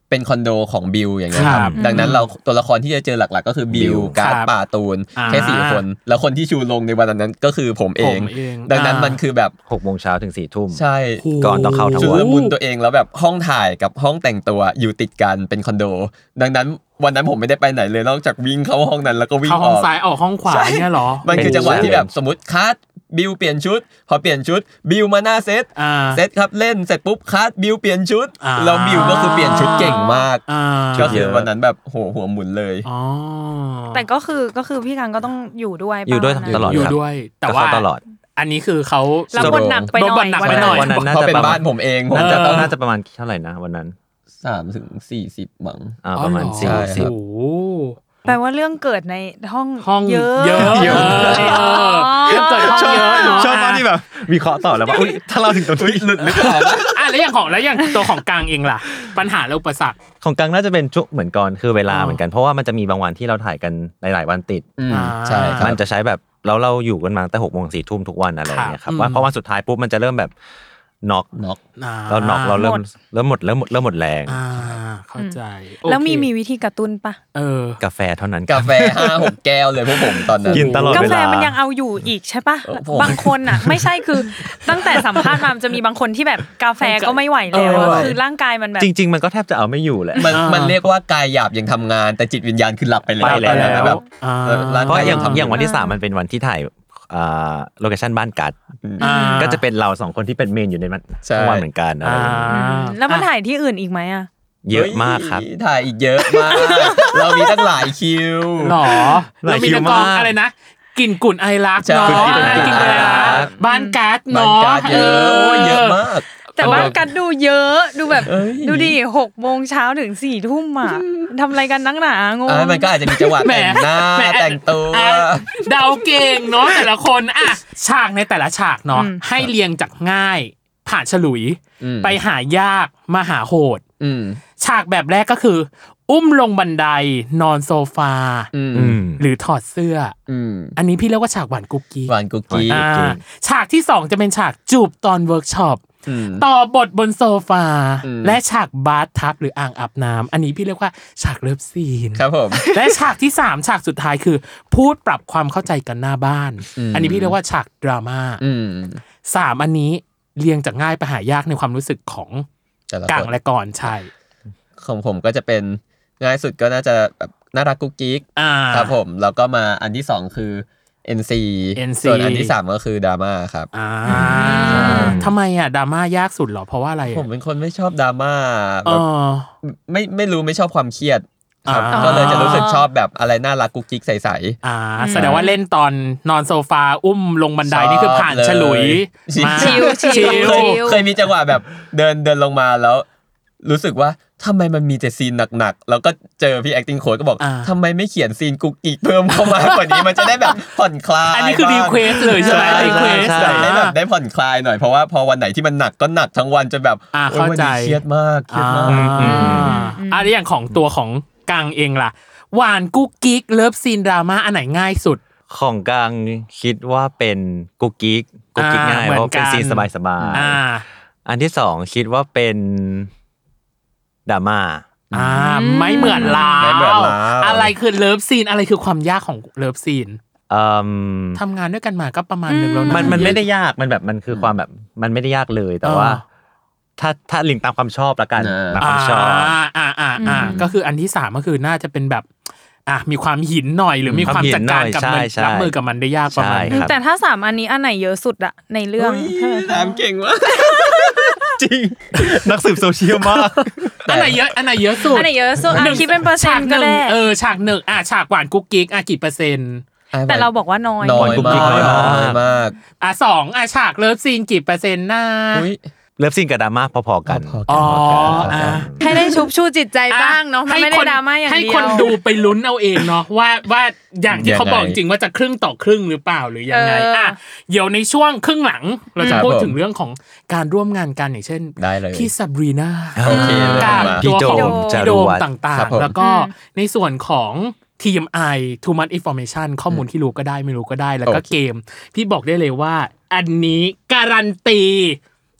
เป็นคอนโดของบิลอย่างเงี้ยครับดังนั้นเราตัวละครที่จะเจอหลักๆก็คือบิลการ์ดป่าตูนแค่สี่คนแล้วคนที่ชูลงในวันนั้นก็คือผมเองดังนั้นมันคือแบบหกโมงเช้าถึง สี่ทุ่มใช่ก่อนต้องเข้าทั้งชุวันลมุนตัวเองแล้วแบบห้องถ่ายกับห้องแต่งตัวอยู่ติดกันเป็นคอนโดดังนั้นวันนั้นผมไม่ได้ไปไหนเลยนอกจากวิ่งเข้าห้องนั้นแล้วก็วิ่งออกเข้าห้องซ้ายออกห้องขวาเนี่ยหรอมันคือจังหวะที่แบบสมมุติคัทบิลเปลี่ยนชุดพอเปลี่ยนชุดบิลมาหน้าเซตเซตครับเล่นเสร็จปุ๊บคัทบิลเปลี่ยนชุดแล้วบิลก็คือเปลี่ยนชุดเก่งมากก็คือวันนั้นแบบโหหัวหมุนเลยอ๋อแต่ก็คือก็คือพี่กังก็ต้องอยู่ด้วยอยู่ด้วยตลอดอยู่ด้วยแต่ว่าตลอดอันนี้คือเขารับบทหนักไปหน่อยวันนั้นน่าจะเป็นบ้านผมเองผมจะต้องน่าจะประมาณเท่าไหร่นะวันนั้นสามถึงสี่สิบมั้งอ่าประมาณสี่สิบโอ้แปลว่าเรื่องเกิดในห้องเยอะเยอะเยอะเรื่องเกิดห้องเยอะเนาะชอบมากที่แบบวิเคราะห์ต่อแล้วว่าอุ๊ยถ้าเราถึงตรงนี้หลุดไม่ออกอ่ะแล้วอย่างของแล้วอย่างตัวของกังเองล่ะปัญหาและอุปสรรคของกังน่าจะเป็นจุเหมือนก่อนคือเวลาเหมือนกันเพราะว่ามันจะมีบางวันที่เราถ่ายกันหลายๆวันติดใช่มันจะใช้แบบแล้วเราอยู่กันมาตั้งแต่หกโมงสี่ทุ่มทุกวันอะไรอย่างเงี้ยครับว่าเพราะวันสุดท้ายปุ๊บมันจะเริ่มแบบน็อกน็อกเราน็อกเราเริ่มเริ่มหมดเริ่มหมดเริ่มหมดแรงอ่าเข้าใจแล้วมีมีวิธีกระตุ้นปะเออกาแฟเท่านั้นกาแฟ ห้าหก แก้วเลยพวกผมตอนนั้นกินตลอดเวลากาแฟมันยังเอาอยู่อีกใช่ปะบางคนอ่ะไม่ใช่คือตั้งแต่สัมภาษณ์มาจะมีบางคนที่แบบกาแฟก็ไม่ไหวแล้วคือร่างกายมันแบบจริงๆมันก็แทบจะเอาไม่อยู่แหละมันมันเรียกว่ากายหยาบยังทำงานแต่จิตวิญญาณคือหลับไปแล้วแบบเพราะอย่างอย่างวันที่สามมันเป็นวันที่ถ่ายอ่าโลเคชั่นบ้านกัดก็จะเป็นเราสองคนที่เป็นเมนอยู่ในมันทั้งวันเหมือนกันอะไรแล้วมันถ่ายที่อื่นอีกไหมอ่ะเยอะมากครับถ่ายอีกเยอะมากเรามีตั้งหลายคิวหรอเรามีตั้งกองอะไรนะกลิ่นกุ่นไอรักเนาะกลิ่นไอรักบ้านกัดเนาะเยอะเยอะมากแต่ว่ากัดดูเยอะดูแบบดูดิหกโมงเช้าถึงสี่ทุ่มอ่ะทำอะไรกันนักหนางงมันก็อาจจะมีจังหวะแต่งหน้าแต่งตัวเดาเก่งเนาะแต่ละคนอ่ะฉากในแต่ละฉากเนาะให้เรียงจากง่ายผ่านฉลุยไปหายากมาหาโหดฉากแบบแรกก็คืออุ้มลงบันไดนอนโซฟาหรือถอดเสื้ออันนี้พี่เรียกว่าฉากหวานกุ๊กกิ๊กหวานกุ๊กกิ๊กฉากที่สองจะเป็นฉากจูบตอนเวิร์กช็อปต่อบทบนโซฟาและฉากบาธทับหรืออ่างอาบน้ำอันนี้พี่เรียกว่าฉากเลิฟซีนครับผมและฉากที่สามฉากสุดท้ายคือพูดปรับความเข้าใจกันหน้าบ้านอันนี้พี่เรียกว่าฉากดราม่าสามอันนี้เรียงจากง่ายไปหายากในความรู้สึกของกังและกรใช่ของผมก็จะเป็นง่ายสุดก็น่าจะแบบน่ารักกุ๊กกิ๊กครับผมแล้วก็มาอันที่สองคือ เอ็น ซี ส่วนอันที่สามก็คือดราม่าครับทำไมอ่ะดราม่ายากสุดหรอเพราะว่าอะไรผมเป็นคนไม่ชอบดราม่าแบบไม่ไม่รู้ไม่ชอบความเครียดครับก็เลยจะรู้สึกชอบแบบอะไรน่ารักกุ๊กกิ๊กใสๆอ่าแสดงว่าเล่นตอนนอนโซฟาอุ้มลงบันไดนี่คือผ่านฉลุยมาชิลชิลเคยมีจังหวะแบบเดินเดินลงมาแล้วรู้สึกว่าทำไมมันมีแต่ซีนหนักๆแล้วก็เจอพี่ acting coach ก็บอกทำไมไม่เขียนซีนกุ๊กกิ๊กเพิ่มเข้ามากว่านี้มันจะได้แบบผ่อนคลายอันนี้คือรีเควสเลยใช่ไหมรีเควสได้แบบได้ผ่อนคลายหน่อยเพราะว่าพอวันไหนที่มันหนักก็หนักทั้งวันจะแบบโอ้ยวันนี้เครียดมากเครียดมากอ่าอย่างของตัวของกังเองล่ะหวานกุ๊กกิ๊กเลิฟซีนดราม่าอันไหนง่ายสุดของกังคิดว่าเป็นกุ๊กกิ๊กกุ๊กกิ๊กง่ายเพราะเป็นซีนสบายๆอันที่สองคิดว่าเป็นดราม่าอ่าไม่เหมือนลาวอะไรคือเลิฟซีนอะไรคือความยากของเลิฟซีนอืมทำงานด้วยกันมาก็ประมาณนึงแล้วนะมันมันไม่ได้ยากมันแบบมันคือความแบบมันไม่ได้ยากเลยแต่ว่าถ้าถ้าลิงตามความชอบละกันตามความชอบอ่าอ่าอ่าก็คืออันที่สามก็คือน่าจะเป็นแบบอ่ะมีความหินหน่อยหรือมีความจัดการกับมันรับมือกับมันได้ยากประมาณนึงแต่ถ้าสามอันนี้อันไหนเยอะสุดอะในเรื่องถามเก่งมากจริงนักสืบโซเชียลมากอันไหนเยอะอันไหนเยอะสุดอันไหนเยอะสุดอ่ะคิดเป็นเปอร์เซ็นต์ก็ได้เออฉากหนึ่งอ่ะฉากหวานกุ๊กกิ๊กอ่ะกี่เปอร์เซ็นต์แต่เราบอกว่าน้อยน้อยกุ๊กกิ๊กน้อยมากอ่ะสองอ่ะฉากเลิฟซีนกี่เปอร์เซ็นต์น่าเลิฟซีนกับดราม่าพอๆกันอ๋อให้ได้ชุบชูจิตใจบ้างเนาะไม่ได้ดราม่าอย่างเดียวให้คนดูไปลุ้นเอาเองเนาะว่าว่าอย่างที่เขาบอกจริงว่าจะครึ่งต่อครึ่งหรือเปล่าหรือยังไงอ่ะเดี๋ยวในช่วงครึ่งหลังเราจะพูดถึงเรื่องของการร่วมงานกันอย่างเช่นพี่ซาบรีนากับตัวของพี่โดมต่างๆแล้วก็ในส่วนของ ที เอ็ม ไอ Too Much Information ข้อมูลที่รู้ก็ได้ไม่รู้ก็ได้แล้วก็เกมพี่บอกได้เลยว่าอันนี้การันตี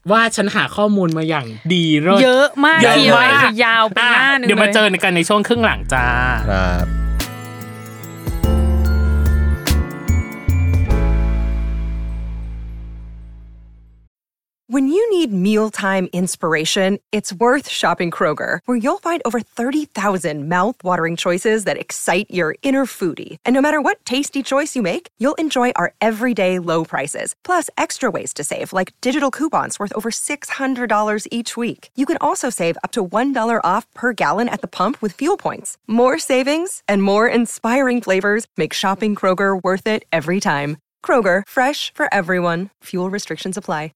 ว่าฉันหาข้อมูลมาอย่างดีเลิศเยอะมากเยอะมากคือยาวเป็นหน้านึงเดี๋ยวมาเจอกันในช่วงครึ่งหลังจ้าครับ When you need mealtime inspiration, it's worth shopping Kroger, where you'll find over thirty thousand mouth-watering choices that excite your inner foodie. And no matter what tasty choice you make, you'll enjoy our everyday low prices, plus extra ways to save, like digital coupons worth over six hundred dollars each week. You can also save up to one dollar off per gallon at the pump with fuel points. More savings and more inspiring flavors make shopping Kroger worth it every time. Kroger, fresh for everyone. Fuel restrictions apply.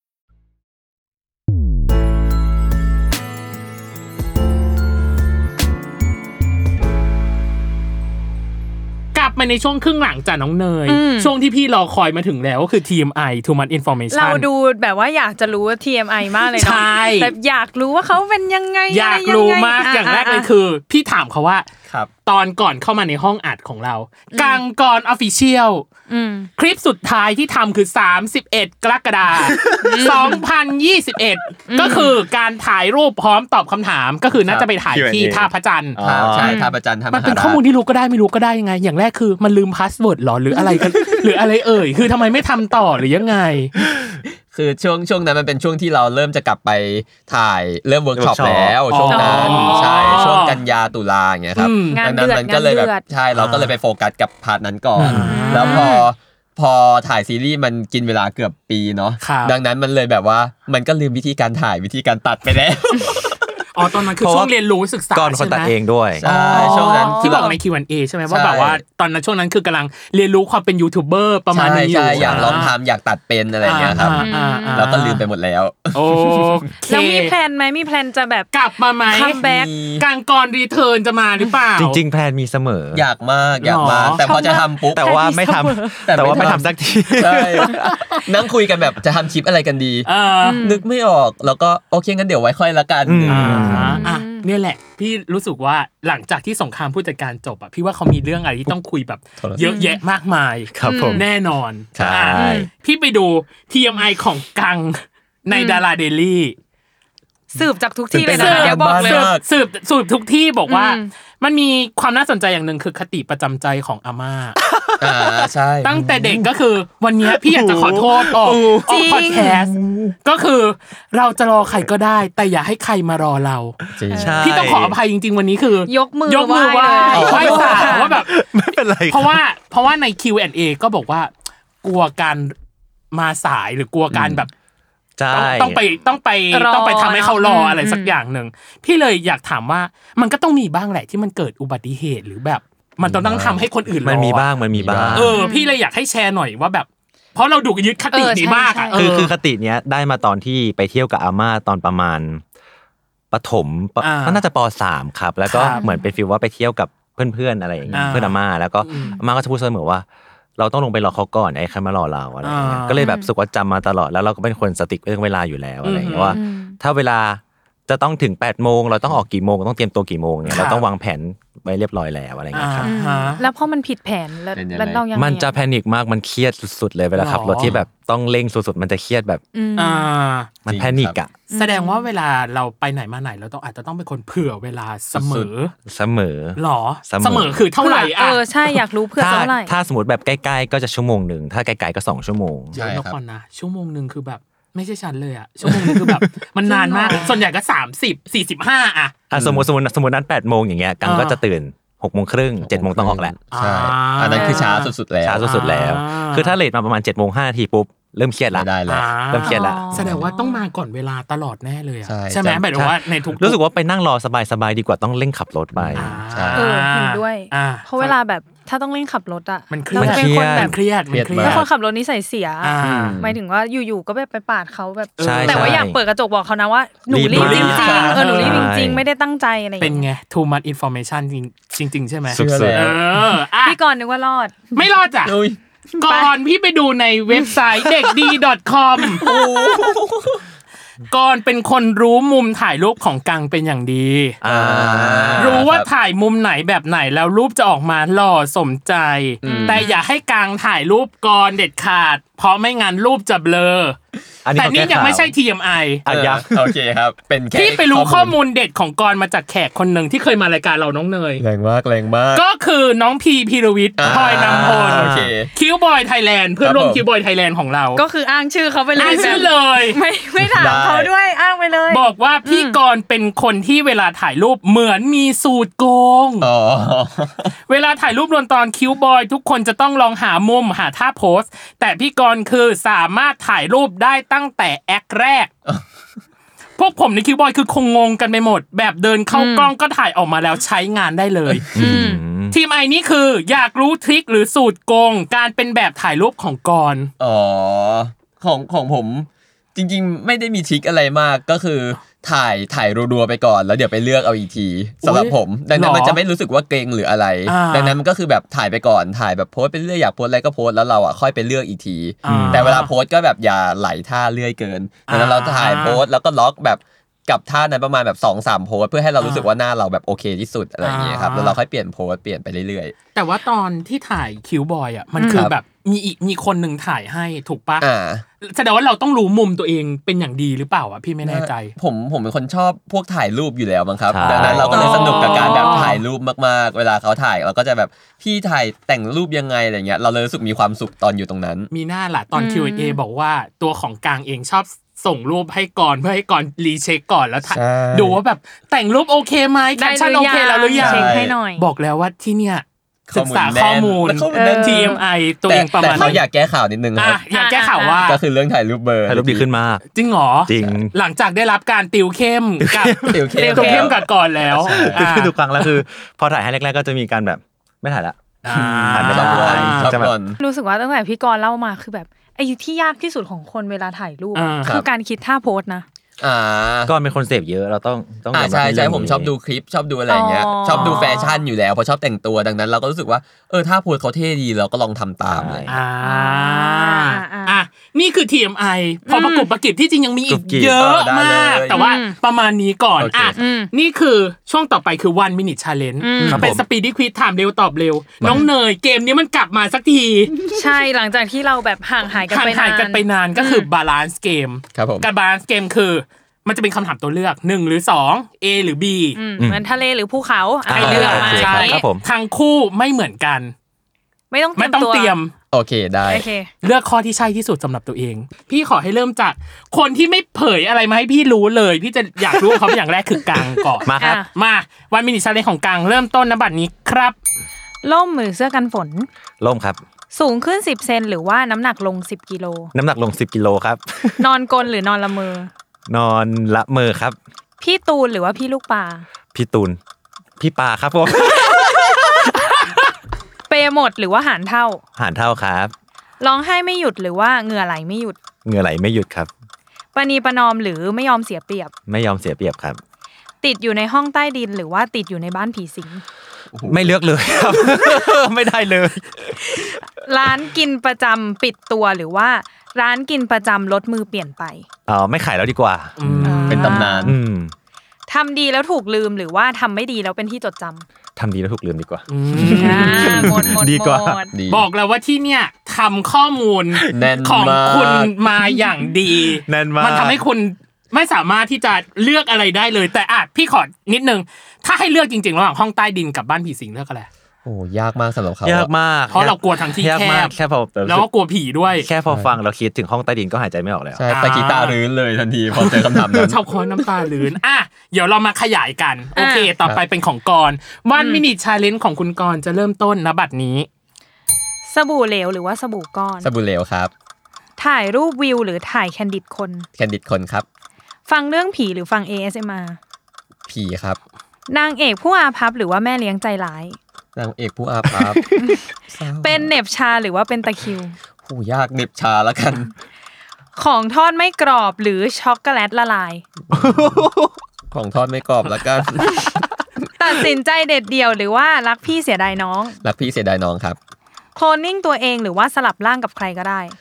กลับมาในช่วงครึ่งหลังจ้ะน้องเนยช่วงที่พี่รอคอยมาถึงแล้วก็คือ ที เอ็ม ไอ Too Much Information เราดูแบบว่าอยากจะรู้ว่า ที เอ็ม ไอ มากเลยเนาะแต่อยากรู้ว่าเขาเป็นยังไงอยากรู้มากอย่างแรกเลยคือพี่ถามเขาว่าตอนก่อนเข้ามาในห้องอัดของเรากังกร Official คลิปสุดท้ายที่ทำคือสามสิบเอ็ดกรกฎาคมสองพันยี่สิบเอ็ดก็คือการถ่ายรูปพร้อมตอบคำถามก็คือน่าจะไปถ่ายที่ท่าพระจันทร์ใช่ท่าพระจันทร์ท่ามหาราชมันเป็นข้อมูลที่รู้ก็ได้ไม่รู้ก็ได้ยังไงอย่างแรกคือมันลืมพาสเวิร์ดหรอหรืออะไรกันหรืออะไรเอ่ยคือทำไมไม่ทำต่อหรือยังไงคือช่วงช่วงนั้นมันเป็นช่วงที่เราเริ่มจะกลับไปถ่ายเริ่มเวิร์กช็อปแล้วช่วงนั้นใช่ช่วงกันยาตุลาอย่างเงี้ยครับดังนั้นมันก็เลยแบบใช่เราก็เลยไปโฟกัสกับพาร์ทนั้นก่อนแล้วพอพอถ่ายซีรีส์มันกินเวลาเกือบปีเนาะดังนั้นมันเลยแบบว่ามันก็ลืมวิธีการถ่ายวิธีการตัดไปแล้วอ๋อตอนนั้นคือช่วงเรียนรู้ศึกษาใช่มั้ยก่อนคนตัดเองด้วยใช่ช่วงนั้นที่บอกใน คิว แอนด์ เอ ใช่มั้ยว่าแบบว่าตอนนั้นช่วงนั้นคือกำลังเรียนรู้ความเป็นยูทูบเบอร์ประมาณนี้อยู่ใช่ๆอยากลองทำอยากตัดเป็นอะไรอย่างเงี้ยครับแล้วก็ลืมไปหมดแล้วโอเคแล้วมีแพลนมั้ยมีแพลนจะแบบกลับมามั้ยคัมแบ็คกางกรรีเทิร์นจะมาหรือเปล่าจริงๆแพลนมีเสมออยากมากอยากมากแต่พอจะทำปุ๊บแต่ว่าไม่ทำแต่ว่าไม่ทำสักทีใช่นั่งคุยกันแบบจะทำคลิปอะไรกันดีนึกไม่ออกแล้วก็โอเคงั้นเดี๋ยวไว้ค่อยละกันอ่ะเนี่ยแหละพี่รู้สึกว่าหลังจากที่สงครามผู้จัดการจบอ่ะพี่ว่าเขามีเรื่องอะไรที่ต้องคุยแบบเยอะแยะมากมายครับผมแน่นอนใช่พี่ไปดู ที เอ็ม ไอ ของกังในดาราเดลี่สืบจากทุกที่เลยนะอย่าบอกเลยสืบสืบทุกที่บอกว่ามันมีความน่าสนใจอย่างนึงคือคติประจำใจของอาม่าอ่าใช่ตั้งแต่เด็กก็คือวันนี้พี่อยากจะขอโทษออกออกพอดแคสต์ก็คือเราจะรอใครก็ได้แต่อย่าให้ใครมารอเราพี่ต้องขออภัยจริงๆวันนี้คือยกมือยกมือไหว้ไหว้ศาลว่าแบบไม่เป็นไรเพราะว่าเพราะว่าใน คิว แอนด์ เอ ก็บอกว่ากลัวการมาสายหรือกลัวการแบบต้องไปต้องไปต้องไปทำให้เขารออะไรสักอย่างนึงพี่เลยอยากถามว่ามันก็ต้องมีบ้างแหละที่มันเกิดอุบัติเหตุหรือแบบมันต้องต้องทำให้คนอื่นรอมันมีบ้างมันมีบ้างเออพี่เลยอยากให้แชร์หน่อยว่าแบบเพราะเราดูยึดคตินี้มากอ่ะคือคือคติเนี้ยได้มาตอนที่ไปเที่ยวกับอาม่าตอนประมาณประถมน่าจะป.สามครับแล้วก็เหมือนเป็นฟีลว่าไปเที่ยวกับเพื่อนๆอะไรอย่างเงี้ยเพื่อนอาม่าแล้วก็อาม่าก็จะพูดเสมอว่าเราต้องลงไปรอเขาก่อนไอ้ใครมารอเราอะไรอย่างเงี้ยก็เลยแบบสึกว่าจำมาตลอดแล้วเราก็เป็นคนสติ๊กเรื่องเวลาอยู่แล้วอะไรอย่างเงี้ยว่าถ้าเวลาจะต้องถึงแปดโมงเราต้องออกกี่โมงต้องเตรียมตัวกี่โมงเนี่ยเราต้องวางแผนไว้เรียบร้อยแล้วอะไรอย่างเงี้ยครับแล้วพอมันผิดแผนแล้วเรายังมันจะแพนิคมากมันเครียดสุดๆเลยเวลาขับรถที่แบบต้องเร่งสุดๆมันจะเครียดแบบอ่ามันแพนิคอ่ะแสดงว่าเวลาเราไปไหนมาไหนเราต้องอาจจะต้องเป็นคนเผื่อเวลาเสมอเสมอหรอเสมอคือเท่าไหร่อ่ะเออใช่อยากรู้เผื่อเท่าไหร่ถ้าสมมติแบบใกล้ๆก็จะชั่วโมงนึงถ้าไกลๆก็สองชั่วโมงใช่ครับนะชั่วโมงนึงคือแบบไม่ใช่ฉันเลยอ่ะชั่วโมงนึงคือแบบมันนานมากส่วนใหญ่ก็สามสิบ สี่สิบห้าอ่ะอ่ะสมมุติสมมุติสมมุตินั้นแปดโมงอย่างเงี้ยกังก็จะตื่นหกโมงครึ่ง เจ็ดโมงต้องออกแล้วใช่อันนั้นคือช้าสุดๆแล้วช้าสุดๆแล้วคือถ้าเลทมาประมาณ เจ็ดโมงห้านาทีปุ๊บเริ่มเครียดละได้แล้วเริ่มเครียดละแสดงว่าต้องมาก่อนเวลาตลอดแน่เลยอ่ะใช่มั้ยหมายถึงว่าในทุกรู้สึกว่าไปนั่งรอสบายๆดีกว่าต้องเร่งขับรถไปใช่เออเห็นด้วยเพราะเวลาแบบถ้าต้องเร่งขับรถอ่ะเราเป็นคนแบบเครียดมันเครียดเป็นคนขับรถนิสัยเสียหมายถึงว่าอยู่ๆก็แบบไปปาดเขาแบบแต่ว่าอยากเปิดกระจกบอกเขานะว่าหนูรีบจริงๆเออหนูรีบจริงๆไม่ได้ตั้งใจอะไรเป็นไง too much information จริงๆใช่มั้ยเออพี่กรณ์นึกว่ารอดไม่รอดจ้ะก่อนพี่ไปดูในเว็บไซต์ เด็กดี ดอท คอม ก่อนเป็นคนรู้มุมถ่ายรูปของกังเป็นอย่างดีรู้ว่าถ่ายมุมไหนแบบไหนแล้วรูปจะออกมาหล่อสมใจแต่อย่าให้กังถ่ายรูปก่อนเด็ดขาดเพราะไม่งั้นรูปจะเบลอแต่นี่ยังไม่ใช่ ที เอ็ม ไออ่ะยังโอเคครับเป็นแค่ที่ไปรู้ข้อมูลเด็ดของกรมาจากแขกคนหนึ่งที่เคยมารายการเราน้องเนยแรงมากแรงมากก็คือน้องพีพีรวิทย์พลอยนำพลคิวบอยไทยแลนด์เพื่อนร่วมคิวบอยไทยแลนด์ของเราก็คืออ้างชื่อเขาไปเลยอ้างชื่อเลยไม่ไม่ถามเขาด้วยอ้างไปเลยบอกว่าพี่กรเป็นคนที่เวลาถ่ายรูปเหมือนมีสูตรโกงเวลาถ่ายรูปรวมตอนคิวบอยทุกคนจะต้องลองหามุมหาท่าโพสแต่พี่กรคือสามารถถ่ายรูปได้ตั้งแต่แอคแรกพวกผมในคิวบอยคือคงงงกันไปหมดแบบเดินเข้ากล้องก็ถ่ายออกมาแล้วใช้งานได้เลยทีมไอนี่คืออยากรู้ทริคหรือสูตรโกงการเป็นแบบถ่ายรูปของกรอ๋อของของผมจริงๆไม่ได้มีทริคอะไรมากก็คือถ่ายถ่ายรัวๆไปก่อนแล้วเดี๋ยวไปเลือกเอาอีกทีสำหรับผมดังนั้นมันจะไม่รู้สึกว่าเกรงหรืออะไรดังนั้นมันก็คือแบบถ่ายไปก่อนถ่ายแบบโพสไปเรื่อยอยากโพสอะไรก็โพสแล้วเราอ่ะค่อยไปเลือกอีกทีแต่เวลาโพสก็แบบอย่าไหลท่าเรื่อยเกินดังนั้นเราถ่ายโพสแล้วก็ล็อกแบบกับท่านั้นประมาณแบบ สองสาม โพสเพื่อให้เรารู้สึกว่าหน้าเราแบบโอเคที่สุดอะไรอย่างเงี้ยครับแล้วเราค่อยเปลี่ยนโพสเปลี่ยนไปเรื่อยๆแต่ว่าตอนที่ถ่ายคิวบอยอ่ะมันคือแบบมีอีกมีคนนึงถ่ายให้ถูกปะแสดงว่าเราต้องรู้มุมตัวเองเป็นอย่างดีหรือเปล่าอ่ะพี่ไม่แน่ใจผมผมเป็นคนชอบพวกถ่ายรูปอยู่แล้วมั้งครับดังนั้นเราก็เลยสนุกกับการแบบถ่ายรูปมากๆเวลาเขาถ่ายเราก็จะแบบพี่ถ่ายแต่งรูปยังไงอะไรเงี้ยเราเลยรู้สึกมีความสุขตอนอยู่ตรงนั้นมีหน้าล่ะตอน คิว แอนด์ เอ บอกว่าตัวของกลางเองชอบส่งรูปให้ก่อนเพื่อให้ก่อนรีเช็คก่อนแล้วดูว่าแบบแต่งรูปโอเคไหมแคปชั่นโอเคแล้วหรือยังเช็คให้หน่อยบอกแล้วว่าที่เนี่ยศึกษาข้อมูล ที เอ็ม ไอ ตัวเองประมาณแต่เขาอยากแก้ข่าวนิดนึงครับอยากแก้ข่าวว่าก็คือเรื่องถ่ายรูปเบอร์ถ่ายรูปดีขึ้นมากจริงเหรอจริงหลังจากได้รับการติวเข้มกับติวเข้มกับก่อนแล้วคือทุกครั้งแล้วคือพอถ่ายให้แรกๆก็จะมีการแบบไม่ถ่ายละถ่ายไม่ได้จะแบบรู้สึกว่าตั้งแต่พี่กรเล่ามาคือแบบไอ้ที่ยากที่สุดของคนเวลาถ่ายรูปคือการคิดท่าโพสนะอ่าก็เป็นคนเสพเยอะเราต้องต้องอ่าใช่ใช่ผมชอบดูคลิปชอบดูอะไรอย่างเงี้ยชอบดูแฟชั่นอยู่แล้วเพราะชอบแต่งตัวดังนั้นเราก็รู้สึกว่าเออถ้าโพสเขาเท่ดีเราก็ลองทำตามเลยอ่าอ่ะนี่คือ ที เอ็ม ไอ พอประกบประกิบที่จริงยังมีอีกเยอะมากแต่ว่าประมาณนี้ก่อนอ่ะนี่คือช่วงต่อไปคือ one minute challenge เป็นสปีดดี้ควิซถามเร็วตอบเร็วน้องเนยเกมนี้มันกลับมาสักทีใช่หลังจากที่เราแบบห่างหายกันไปนานห่างหายกันไปนานก็คือบาลานซ์เกมการบาลานซ์เกมคือมันจะเป็นคำถามตัวเลือกหนึ่งหรือสอง A หรือ B เหมือนทะเลหรือภูเขาให้เลือกมาใช่ทั้งคู่ไม่เหมือนกันไม่ต้องไม่ต้องเตรียมโอเคได้เลือกข้อที่ใช่ที่สุดสำหรับตัวเองพี่ขอให้เริ่มจากคนที่ไม่เผยอะไรมาให้พี่รู้เลยพี่จะอยากรู้เขาเป็นอย่างแรกคือกางก่อนมาครับมาวันมินิชาเลนจ์ของกางเริ่มต้นณบัดนี้ครับล่มหรือเสื้อกันฝนล่มครับสูงขึ้นสิบเซนหรือว่าน้ำหนักลงสิบกิโลน้ำหนักลงสิบกิโลครับนอนกลนหรือนอนละเมอนอนละเมอครับพี่ตูนหรือว่าพี่ลูกปลาพี่ตูนพี่ปลาครับผมเปย์หมดหรือว่าหารเท่าหารเท่าครับร้องไห้ไม่หยุดหรือว่าเหงื่อไหลไม่หยุดเหงื่อไหลไม่หยุดครับปณีประนอมหรือไม่ยอมเสียเปรียบไม่ยอมเสียเปรียบครับติดอยู่ในห้องใต้ดินหรือว่าติดอยู่ในบ้านผีสิงไม่เลือกเลยครับ ไม่ได้เลยร้านกินประจำปิดตัวหรือว่าร้านกินประจำลดมือเปลี่ยนไปอ๋อไม่ขายแล้วดีกว่าเป็นตำนานทำดีแล้วถูกลืมหรือว่าทำไม่ดีแล้วเป็นที่จดจำทำดีแล้วถูกลืมดีกว่าหมดหมดดีกว่าบอกแล้วว่าที่เนี่ยทำข้อมูลของคุณมาอย่างดีมันทำให้คุณไม่สามารถที่จะเลือกอะไรได้เลยแต่อ่ะพี่ขอนิดนึงถ้าให้เลือกจริงๆระหว่างห้องใต้ดินกับบ้านผีสิงเลือกอะไรโอ้ยากมากสำหรับเขายากมากเพราะเรากลัวทั้งที่แคบแค่พอแล้วก็กลัวผีด้วยแค่พอฟังเราคิดถึงห้องใต้ดินก็หายใจไม่ออกแล้วใช่ตะกี้ตาลื้นเลยทันทีพอเจอคำถามนั้นชอบคอยน้ำตาลื้นอ่ะเดี๋ยวเรามาขยายกันโอเคต่อไปเป็นของกรวันมินิชาเลนจ์ของคุณกรจะเริ่มต้นณบัดนี้สบู่เหลวหรือว่าสบู่ก้อนสบู่เหลวครับถ่ายรูปวิวหรือถ่ายแคนดิดคนแคนดิดคนครับฟังเรื่องผีหรือฟัง เอ เอส เอ็ม อาร์ผีครับนางเอกผู้อาภัพหรือว่าแม่เลี้ยงใจร้ายนางเอกผู้อาภัพเป็นเหน็บชาหรือว่าเป็นตะคริวโหยากเหน็บชาแล้วกันของทอดไม่กรอบหรือช็อกโกแลตละลายของทอดไม่กรอบแล้วกันตัดสินใจเด็ดเดี่ยวหรือว่ารักพี่เสียดายน้องรักพี่เสียดายน้องครับโคลนนิ่งตัวเองหรือว่าสลับร่างกับใครก็ได้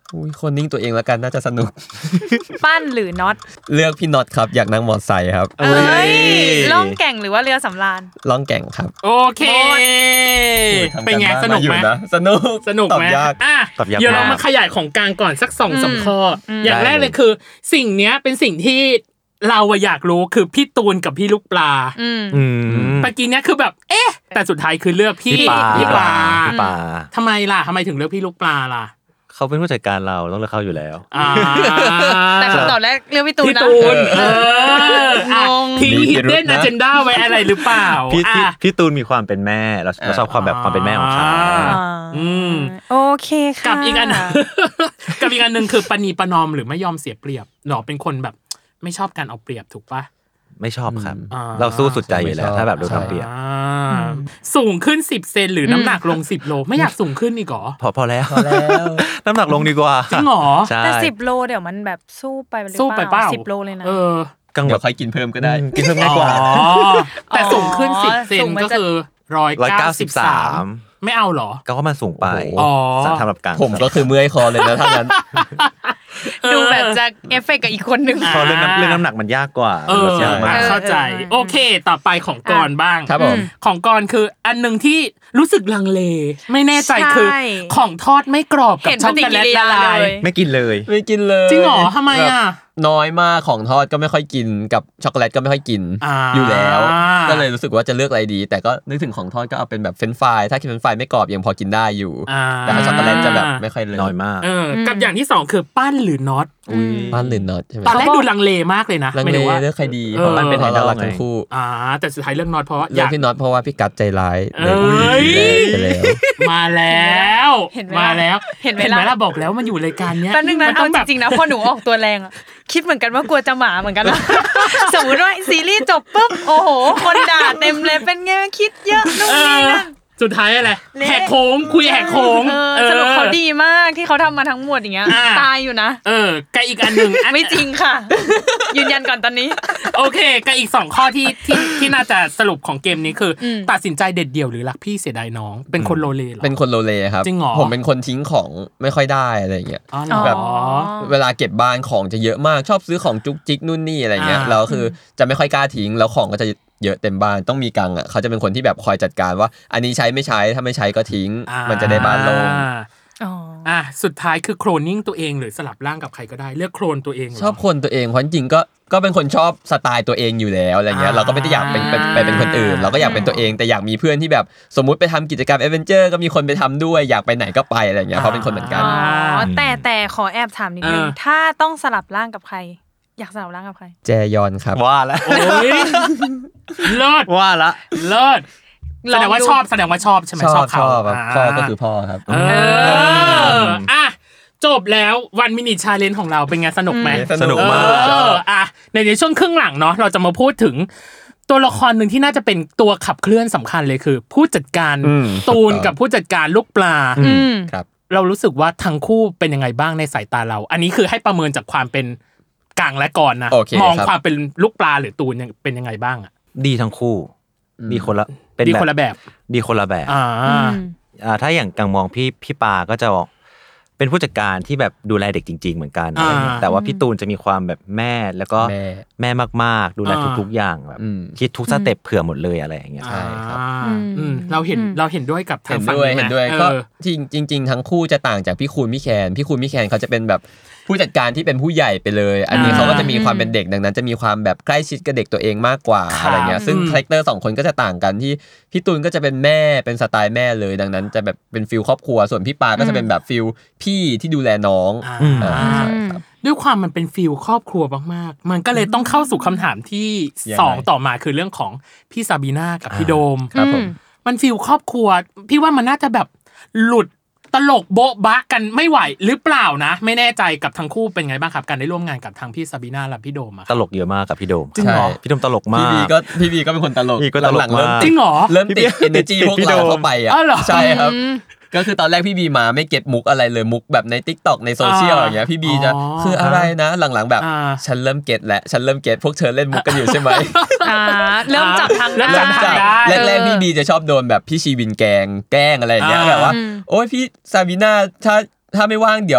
อุ้ยคนนิ่งตัวเองแล้วกันน่าจะสนุกปั้นหรือน็อตเลือกพี่น็อตครับอยากนั่งมอเตอร์ไซค์ครับเอ้ยล่องแก่งหรือว่าเรือสำราญล่องแก่งครับโอเคเป็นไงสนุกไหมสนุกสนุกไหมอ่ะเดี๋ยวเรามาขยายของกลางก่อนสัก สองถึงสาม ข้ออย่างแรกเลยคือสิ่งเนี้ยเป็นสิ่งที่เราอยากรู้คือพี่ตูนกับพี่ลูกปลาอืมเมื่อกี้เนี้ยคือแบบเอ๊ะแต่สุดท้ายคือเลือกพี่พี่ปลาทำไมล่ะทำไมถึงเลือกพี่ลูกปลาล่ะเขาเป็นผู้จัดการเราต้องเลือกเขาอยู่แล้วแต่คำตอบแรกเลือกพี่ตูนนะงงทิ้ง hidden agenda ไว้อะไรหรือเปล่าพี่พี่ตูนมีความเป็นแม่เราชอบความแบบความเป็นแม่ของเขาโอเคค่ะกับอีกอันกับอีกอันนึงคือปณีประนอมหรือไม่ยอมเสียเปรียบหรอเป็นคนแบบไม่ชอบการเอาเปรียบถูกปะไม่ชอบครับเราสู้สุดใจอยู่แล้วถ้าแบบโดนเอาเปรียบสูงขึ้นสิบเซนหรือน้ำหนักลงสิบโลไม่อยากสูงขึ้นอีกหรอพอพอแล้วพอแล้วน้ำหนักลงดีกว่าจริงหรอแต่สิบโลเดี๋ยวมันแบบสู้ไปหรือเปล่าสิบโลเลยนะเออกังวลใครกินเพิ่มก็ได้กินเพิ่มง่ายกว่าแต่สูงขึ้นสิบเซนก็คือหนึ่งร้อยเก้าสิบสามไม่เอาหรอก็ว่ามันสูงไปสำหรับกลางผมก็คือเมื่อยคอเลยนะถ้างั้นดูแบบจะเอฟเฟกต์กับอีกคนนึงพอเรื่องน้ำเรื่องน้ำหนักมันยากกว่าเออเข้าใจโอเคต่อไปของกรบ้างครับผมของกรคืออันนึงที่รู้สึกลังเลไม่แน่ใจคือของทอดไม่กรอบกับช็อกโกแลตละลายไม่กินเลยไม่กินเลยจริงเหรอทำไมอ่ะน้อยมากของทอดก็ไม่ค่อยกินกับช็อกโกแลตก็ไม่ค่อยกินอยู่แล้วก็เลยรู้สึกว่าจะเลือกอะไรดีแต่ก็นึกถึงของทอดก็เอาเป็นแบบเฟรนช์ฟรายถ้ากินเฟรนช์ฟรายไม่กรอบยังพอกินได้อยู่แต่ช็อกโกแลตจะแบบไม่ค่อยเลยน้อยมากเออกับอย่างที่สองคือปั้นหรือน็อตปั้นหรือน็อตใช่ไหมตอนแรกดูลังเลมากเลยนะไม่รู้ว่าเลือกใครดีเพราะมันเป็นไอดอลทั้งคู่อ่าแต่สุดท้ายเลือกน็อตเพราะเลือกพี่น็อตเพราะว่าพี่กัดใจร้ายเลยไปแล้วมาแล้วมาแล้วเห็นไหมล่ะบอกแล้วมันอยู่รายการเนี้ยแป๊บนึงนะเอาจริงๆนะพอหนูออกตัวแรงอ่ะคิดเหมือนกันว่ากลัวจะหมาเหมือนกันนะสมมติว่าซีรีส์จบปุ๊บโอ้โหคนด่าเต็มเลยเป็นไงคิดเยอะนู่นนี่นั่นสุดท้ายอะไรแหกโค้งคุยแหกโค้งสรุปเขาดีมากที่เขาทำมาทั้งหมดอย่างเงี้ยตายอยู่นะเออกับอีกอันนึงไม่จริงค่ะยืนยันก่อนตอนนี้โอเคกับอีกสองข้อที่ที่ที่น่าจะสรุปของเกมนี้คือตัดสินใจเด็ดเดี่ยวหรือรักพี่เสียดายน้องเป็นคนโลเลหรอเป็นคนโลเลครับผมเป็นคนทิ้งของไม่ค่อยได้อะไรอย่างเงี้ยแบบเวลาเก็บบ้านของจะเยอะมากชอบซื้อของจุกจิกนู่นนี่อะไรเงี้ยแล้วคือจะไม่ค่อยกล้าทิ้งแล้วของก็จะเยอะเต็มบ้านต้องมีกังอ่ะเขาจะเป็นคนที่แบบคอยจัดการว่าอันนี้ใช้ไม่ใช้ถ้าไม่ใช้ก็ทิ้งมันจะได้บ้านโล่งอ๋ออ่ะสุดท้ายคือโคลนนิ่งตัวเองหรือสลับร่างกับใครก็ได้เลือกโคลนตัวเองชอบโคลนตัวเองเพราะจริงๆก็ก็เป็นคนชอบสไตล์ตัวเองอยู่แล้วอะไรเงี้ยเราก็ไม่ได้อยากเป็นไปเป็นคนอื่นเราก็อยากเป็นตัวเองแต่อยากมีเพื่อนที่แบบสมมุติไปทำกิจกรรมแอดเวนเจอร์ก็มีคนไปทำด้วยอยากไปไหนก็ไปอะไรเงี้ยเพราะเป็นคนเหมือนกันอ๋อแต่แต่ขอแอบถามนิดนึงถ้าต้องสลับร่างกับใครอยากสลับร่างกับใครแจยอนครับว่าแล้วโอ้ยเลิศว่าละเลิศแสดงว่าชอบแสดงว่าชอบใช่ไหมชอบเขาพ่อก็คือพ่อครับเอออ่ะจบแล้ววันมินิชาเลนจ์ของเราเป็นไงสนุกไหมสนุกมากเอออ่ะในในช่วงครึ่งหลังเนาะเราจะมาพูดถึงตัวละครหนึ่งที่น่าจะเป็นตัวขับเคลื่อนสำคัญเลยคือผู้จัดการตูนกับผู้จัดการลูกปลาครับเรารู้สึกว่าทั้งคู่เป็นยังไงบ้างในสายตาเราอันนี้คือให้ประเมินจากความเป็นกลางและก่อนนะมองความเป็นลูกปลาหรือตูนเป็นยังไงบ้างอ่ะดีทั้งคู่ดีคนละเป็นดีคนละแบบดีคนละแบบอ่าอ่าถ้าอย่างกังมองพี่พี่ปาก็จะเป็นผู้จัดการที่แบบดูแลเด็กจริงๆเหมือนกันแต่ว่าพี่ตูนจะมีความแบบแม่แล้วก็แม่มากๆดูแลทุกๆอย่างแบบคิดทุกสเต็ปเผื่อหมดเลยอะไรอย่างเงี้ยใช่ครับเราเห็นเราเห็นด้วยกับทางฝั่งนี้เห็นด้วยก็จริงจริงทั้งคู่จะต่างจากพี่คูณพี่แคนพี่คูณพี่แคนเขาจะเป็นแบบผู้จัดการที่เป็นผู้ใหญ่ไปเลยอันนี้เขาก็จะมีความเป็นเด็กดังนั้นจะมีความแบบใกล้ชิดกับเด็กตัวเองมากกว่าอะไรเงี้ยซึ่งคาแรคเตอร์สองคนก็จะต่างกันที่พี่ตูนก็จะเป็นแม่เป็นสไตล์แม่เลยดังนั้นจะแบบเป็นฟีลครอบครัวส่วนพี่ปาก็จะเป็นแบบฟีลพี่ที่ดูแลน้องด้วยความมันเป็นฟีลครอบครัวมากๆมันก็เลยต้องเข้าสู่คำถามที่สองต่อมาคือเรื่องของพี่ซาบีน่ากับพี่โดมครับผมมันฟีลครอบครัวพี่ว่ามันน่าจะแบบหลุดตลกโบ๊ะบะกันไม่ไหวหรือเปล่านะไม่แน่ใจกับทั้งคู่เป็นไงบ้างครับการได้ร่วมงานกับทั้งพี่ซาบีน่าและพี่โดมอ่ะตลกเยอะมากกับพี่โดมจริงเหรอพี่โดมตลกมากพี่บีก็พี่บีก็เป็นคนตลกหลังๆเริ่มจริงเหรอเริ่มติด energy พวกเราเข้าไปอ่ะใช่ครับก็คือตอนแรกพี่บีมาไม่เก็ตมุกอะไรเลยมุกแบบใน TikTok ในโซเชียลอย่างเงี้ยพี่บีจะคืออะไรนะหลังๆแบบฉันเริ่มเก็ตแล้วฉันเริ่มเก็ตพวกเธอเล่นมุกกันอยู่ใช่มั้ยอ่าเริ่มจับทางได้แรกๆพี่บีจะชอบโดนแบบพี่ชีวินแกงแกล้งอะไรอย่างเงี้ยแบบว่าโอ๊ยพี่ซาบีน่าถ้าถ้าไม่ว่างเดี๋ยว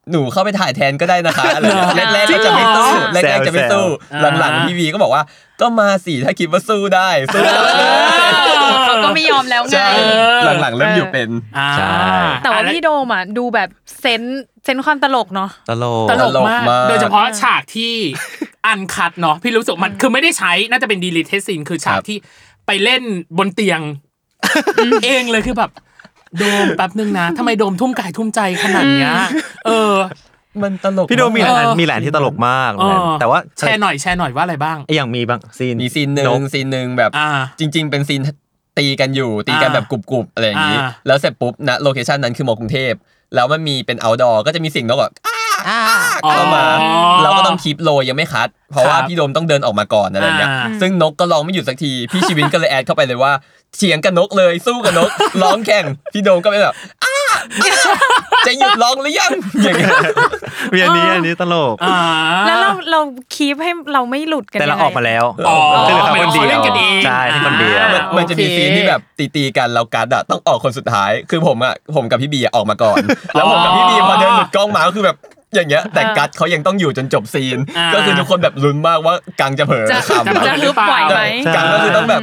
หนูเข้าไปถ่ายแทนก็ได้นะคะอะไรแรกๆก็จะไม่สู้แรกๆจะไม่สู้หลังๆพี่วีก็บอกว่าก็มาสิถ้าคิดว่าสู้ได้สู้เขาก็ไม่ยอมแล้วไงหลังๆเริ่มอยู่เป็นใช่แต่ว่าพี่โดมอ่ะดูแบบเซนเซนความตลกเนาะตลกตลกมากโดยเฉพาะฉากที่อันคัทเนาะพี่รู้สึกมันคือไม่ได้ใช้น่าจะเป็นดีลิทเทสซีนคือฉากที่ไปเล่นบนเตียงเองเลยคือแบบโดมแป๊บนึงนะทำไมโดมทุ่มกายทุ่มใจขนาดเนี้ยเออมันตลกพี่โดมมีหลายมีหลายที่ตลกมากแต่ว่าแชร์หน่อยแชร์หน่อยว่าอะไรบ้างอย่างมีบางซีนมีซีนนึงซีนนึงแบบจริงๆเป็นซีนตีกันอยู่ตีกันแบบกรุบๆอะไรอย่างงี้แล้วเสร็จปุ๊บณโลเคชั่นนั้นคือมอกรุงเทพแล้วมันมีเป็นเอาท์ดอร์ก็จะมีเสียงนกแบบเข้ามาเราก็ต้องคีปโลยังไม่คัดเพราะว่าพี่โดมต้องเดินออกมาก่อนอะไรเงี้ยซึ่งนกก็ร้องไม่หยุดสักทีพี่ชีวินก็เลยแอดเข้าไปเลยว่าเถียงกับนกเลยสู้กับนกร้องแข่งพี่โดมก็เป็นแบบจะหยุดร้องหรือยังอย่างเงี้ยมีอันนี้อันนี้ตลกแล้วเราเราคีปให้เราไม่หลุดกันแต่เราออกมาแล้วก็เลยคนเดียวใช่คนเดียวมันจะมีซีนที่แบบตีๆกันเรากัดอ่ะต้องออกคนสุดท้ายคือผมอ่ะผมกับพี่บีออกมาก่อนแล้วผมกับพี่บีพอเดินหลุดกล้องมาก็คือแบบอย่างเงี้ยแต่กัดเขายังต้องอยู่จนจบซีนก็คือทุกคนแบบลุ้นมากว่ากังจะเผลอขำจะฮึบไหวไหมกังก็คือต้องแบบ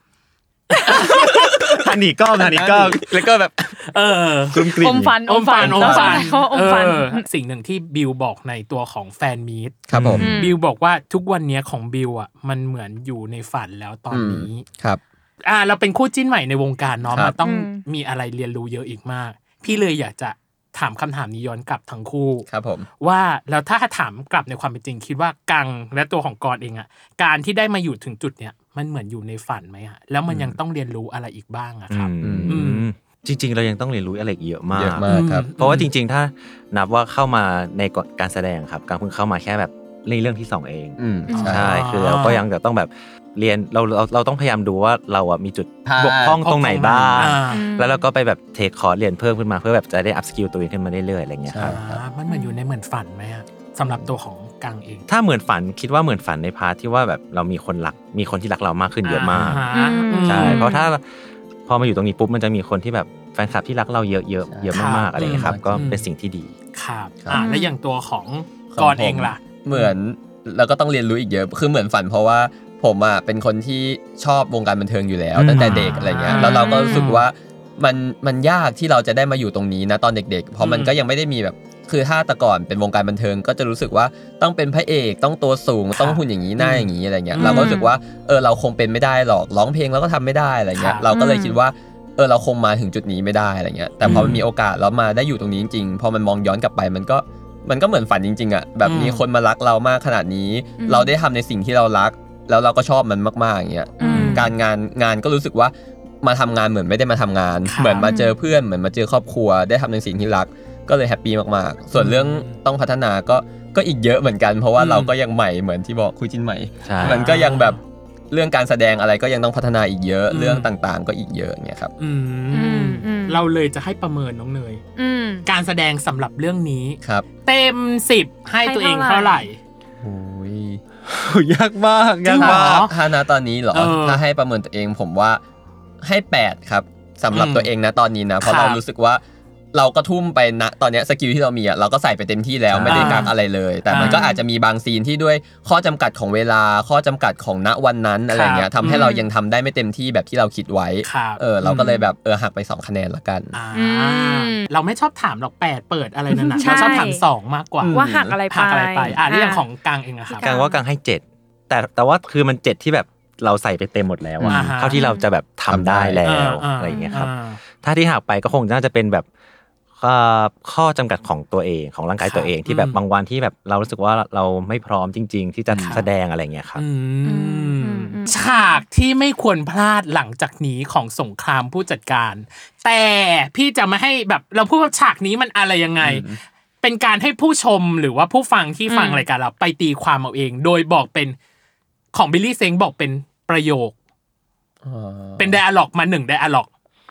หันหนีกล้องหันหนีกล้องแล้วก็แบบเออกลุ่มกลิ่นอมฟันอมฟันอมฟันอมฟันสิ่งหนึ่งที่บิลบอกในตัวของแฟนมีตครับผมบิลบอกว่าทุกวันนี้ของบิลอ่ะมันเหมือนอยู่ในฝันแล้วตอนนี้ครับอ่าเราเป็นคู่จิ้นใหม่ในวงการเนาะมันต้องมีอะไรเรียนรู้เยอะอีกมากพี่เลยอยากจะถามคำถามนี้ย้อนกลับทั้งคู่ครับผมว่าแล้วถ้าถามกลับในความเป็นจริงคิดว่ากังและตัวของกรเองอ่ะการที่ได้มาอยู่ถึงจุดเนี้ยมันเหมือนอยู่ในฝันไหมฮะแล้วมันยังต้องเรียนรู้อะไรอีกบ้างอะครับจริงๆเรายังต้องเรียนรู้อะไรเยอะมากเยอะมากครับเพราะว่าจริงๆถ้านับว่าเข้ามาในการแสดงครับกังเพิ่งเข้ามาแค่แบบในเรื่องที่สองเองใช่คือเราก็ยังจะต้องแบบเรียนเราเราเราต้องพยายามดูว่าเราอ่ะมีจุดบกพร่องตรงไหนบ้างแล้วเราก็ไปแบบเทคคอร์สเรียนเพิ่มขึ้นมาเพื่อแบบจะได้อัพสกิลตัวเองขึ้นมาเรื่อยๆอะไรเงี้ยครับมันเหมือนอยู่ในเหมือนฝันไหมฮะสำหรับตัวของกังเองถ้าเหมือนฝันคิดว่าเหมือนฝันในพาร์ทที่ว่าแบบเรามีคนรักมีคนที่รักเรามากขึ้นเยอะมากใช่เพราะถ้าพอมาอยู่ตรงนี้ปุ๊บมันจะมีคนที่แบบแฟนคลับที่รักเราเยอะๆเยอะมากๆอะไรเงี้ยครับก็เป็นสิ่งที่ดีครับอ่าแล้วอย่างตัวของกรเองล่ะเหมือนเราก็ต้องเรียนรู้อีกเยอะคือเหมือนฝันเพราะว่าผมอ่ะเป็นคนที่ชอบวงการบันเทิงอยู่แล้วตั้งแต่เด็กอะไรเงี้ยแล้วเราก็รู้สึกว่ามันมันยากที่เราจะได้มาอยู่ตรงนี้นะตอนเด็กๆเพราะมันก็ยังไม่ได้มีแบบคือถ้าแต่ก่อนเป็นวงการบันเทิงก็จะรู้สึกว่าต้องเป็นพระเอกต้องตัวสูงต้องหุ่นอย่างนี้หน้าอย่างนี้อะไรเงี้ยเราก็รู้สึกว่าเออเราคงเป็นไม่ได้หรอกร้องเพลงเราก็ทำไม่ได้อะไรเงี้ยเราก็เลยคิดว่าเออเราคงมาถึงจุดนี้ไม่ได้อะไรเงี้ยแต่พอมันมีโอกาสแล้วมาได้อยู่ตรงนี้จริงๆพอมันมองย้อนกลับไปมันก็มันก็เหมือนฝันจริงๆอ่ะแบบมีคนมารักเรามากขนาดนี้เราได้ทำในสิ่งที่เรารักแล้วเราก็ชอบมันมากๆอย่างเงี้ยการงานงานก็รู้สึกว่ามาทำงานเหมือนไม่ได้มาทำงานเหมือนมาเจอเพื่อนเหมือนมาเจอครอบครัวได้ทำในสิ่งที่รักก็เลยแฮปปี้มากๆส่วนเรื่องต้องพัฒนาก็ก็อีกเยอะเหมือนกันเพราะว่าเราก็ยังใหม่เหมือนที่บอกคู่จิ้นใหม่มันก็ยังแบบเรื่องการแสดงอะไรก็ยังต้องพัฒนาอีกเยอะเรื่องต่างๆก็อีกเยอะเงี้ยครับเราเลยจะให้ประเมินน้องเนยการแสดงสำหรับเรื่องนี้เต็มสิบให้ตัวเองเท่าไหร่โอ้ยยากมากยากมากถ้าณตอนนี้เหรอถ้าให้ประเมินตัวเองผมว่าให้แปดครับสำหรับตัวเองนะตอนนี้นะเพราะเรารู้สึกว่าเราก็ทุ่มไปณตอนนี้สกิลที่เรามีอ่ะเราก็ใส่ไปเต็มที่แล้วไม่ได้กักอะไรเลยแต่มันก็อาจจะมีบางซีนที่ด้วยข้อจำกัดของเวลาข้อจำกัดของณวันนั้นอะไรเงี้ยทำให้เรายังทำได้ไม่เต็มที่แบบที่เราคิดไว้เออเราก็เลยแบบเออหักไปสองคะแนนละกันเราไม่ชอบถามหรอกแปดเปิดอะไรนั่นน่ะเราชอบถามสองมากกว่าว่าหักอะไรไปหักอะไรไปอ่ะแล้วอย่างของกังเองอะครับกังว่ากังให้เจ็ดแต่แต่ว่าคือมันเจ็ดที่แบบเราใส่ไปเต็มหมดแล้วอะเท่าที่เราจะแบบทำได้แล้วอะไรอย่างเงี้ยครับถ้าที่หักไปก็คงน่าจะเป็นแบบข้อจำกัดของตัวเองของร่างกายตัวเองที่แบบบางวันที่แบบเรารู้สึกว่าเราไม่พร้อมจริงๆที่จะแสดงอะไรเงี้ยครับฉากที่ไม่ควรพลาดหลังจากนี้ของสงครามผู้จัดการแต่พี่จะไม่ให้แบบเราพูดว่าฉากนี้มันอะไรยังไงเป็นการให้ผู้ชมหรือว่าผู้ฟังที่ฟังรายการเราไปตีความเอาเองโดยบอกเป็นของบิลลี่เซ้งบอกเป็นประโยคเป็นไดอะล็อกมาหนึ่งไดอะล็อก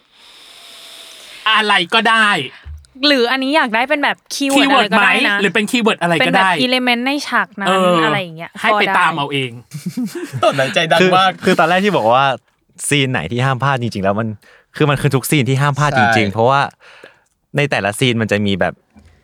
อะไรก็ได้หรืออันนี้อยากได้เป็นแบบคีย์เวิร์ดอะไรก็ได้นะหรือเป็นคีย์เวิร์ดอะไรก็ได้เป็นแบบอิเลเมนต์ในฉากนั้นอะไรอย่างเงี้ยให้ไปตามเอาเองตอนนั้นใจดังมากคือตอนแรกที่บอกว่าซีนไหนที่ห้ามพลาดจริงๆแล้วมันคือมันคือทุกซีนที่ห้ามพลาดจริงๆเพราะว่าในแต่ละซีนมันจะมีแบบ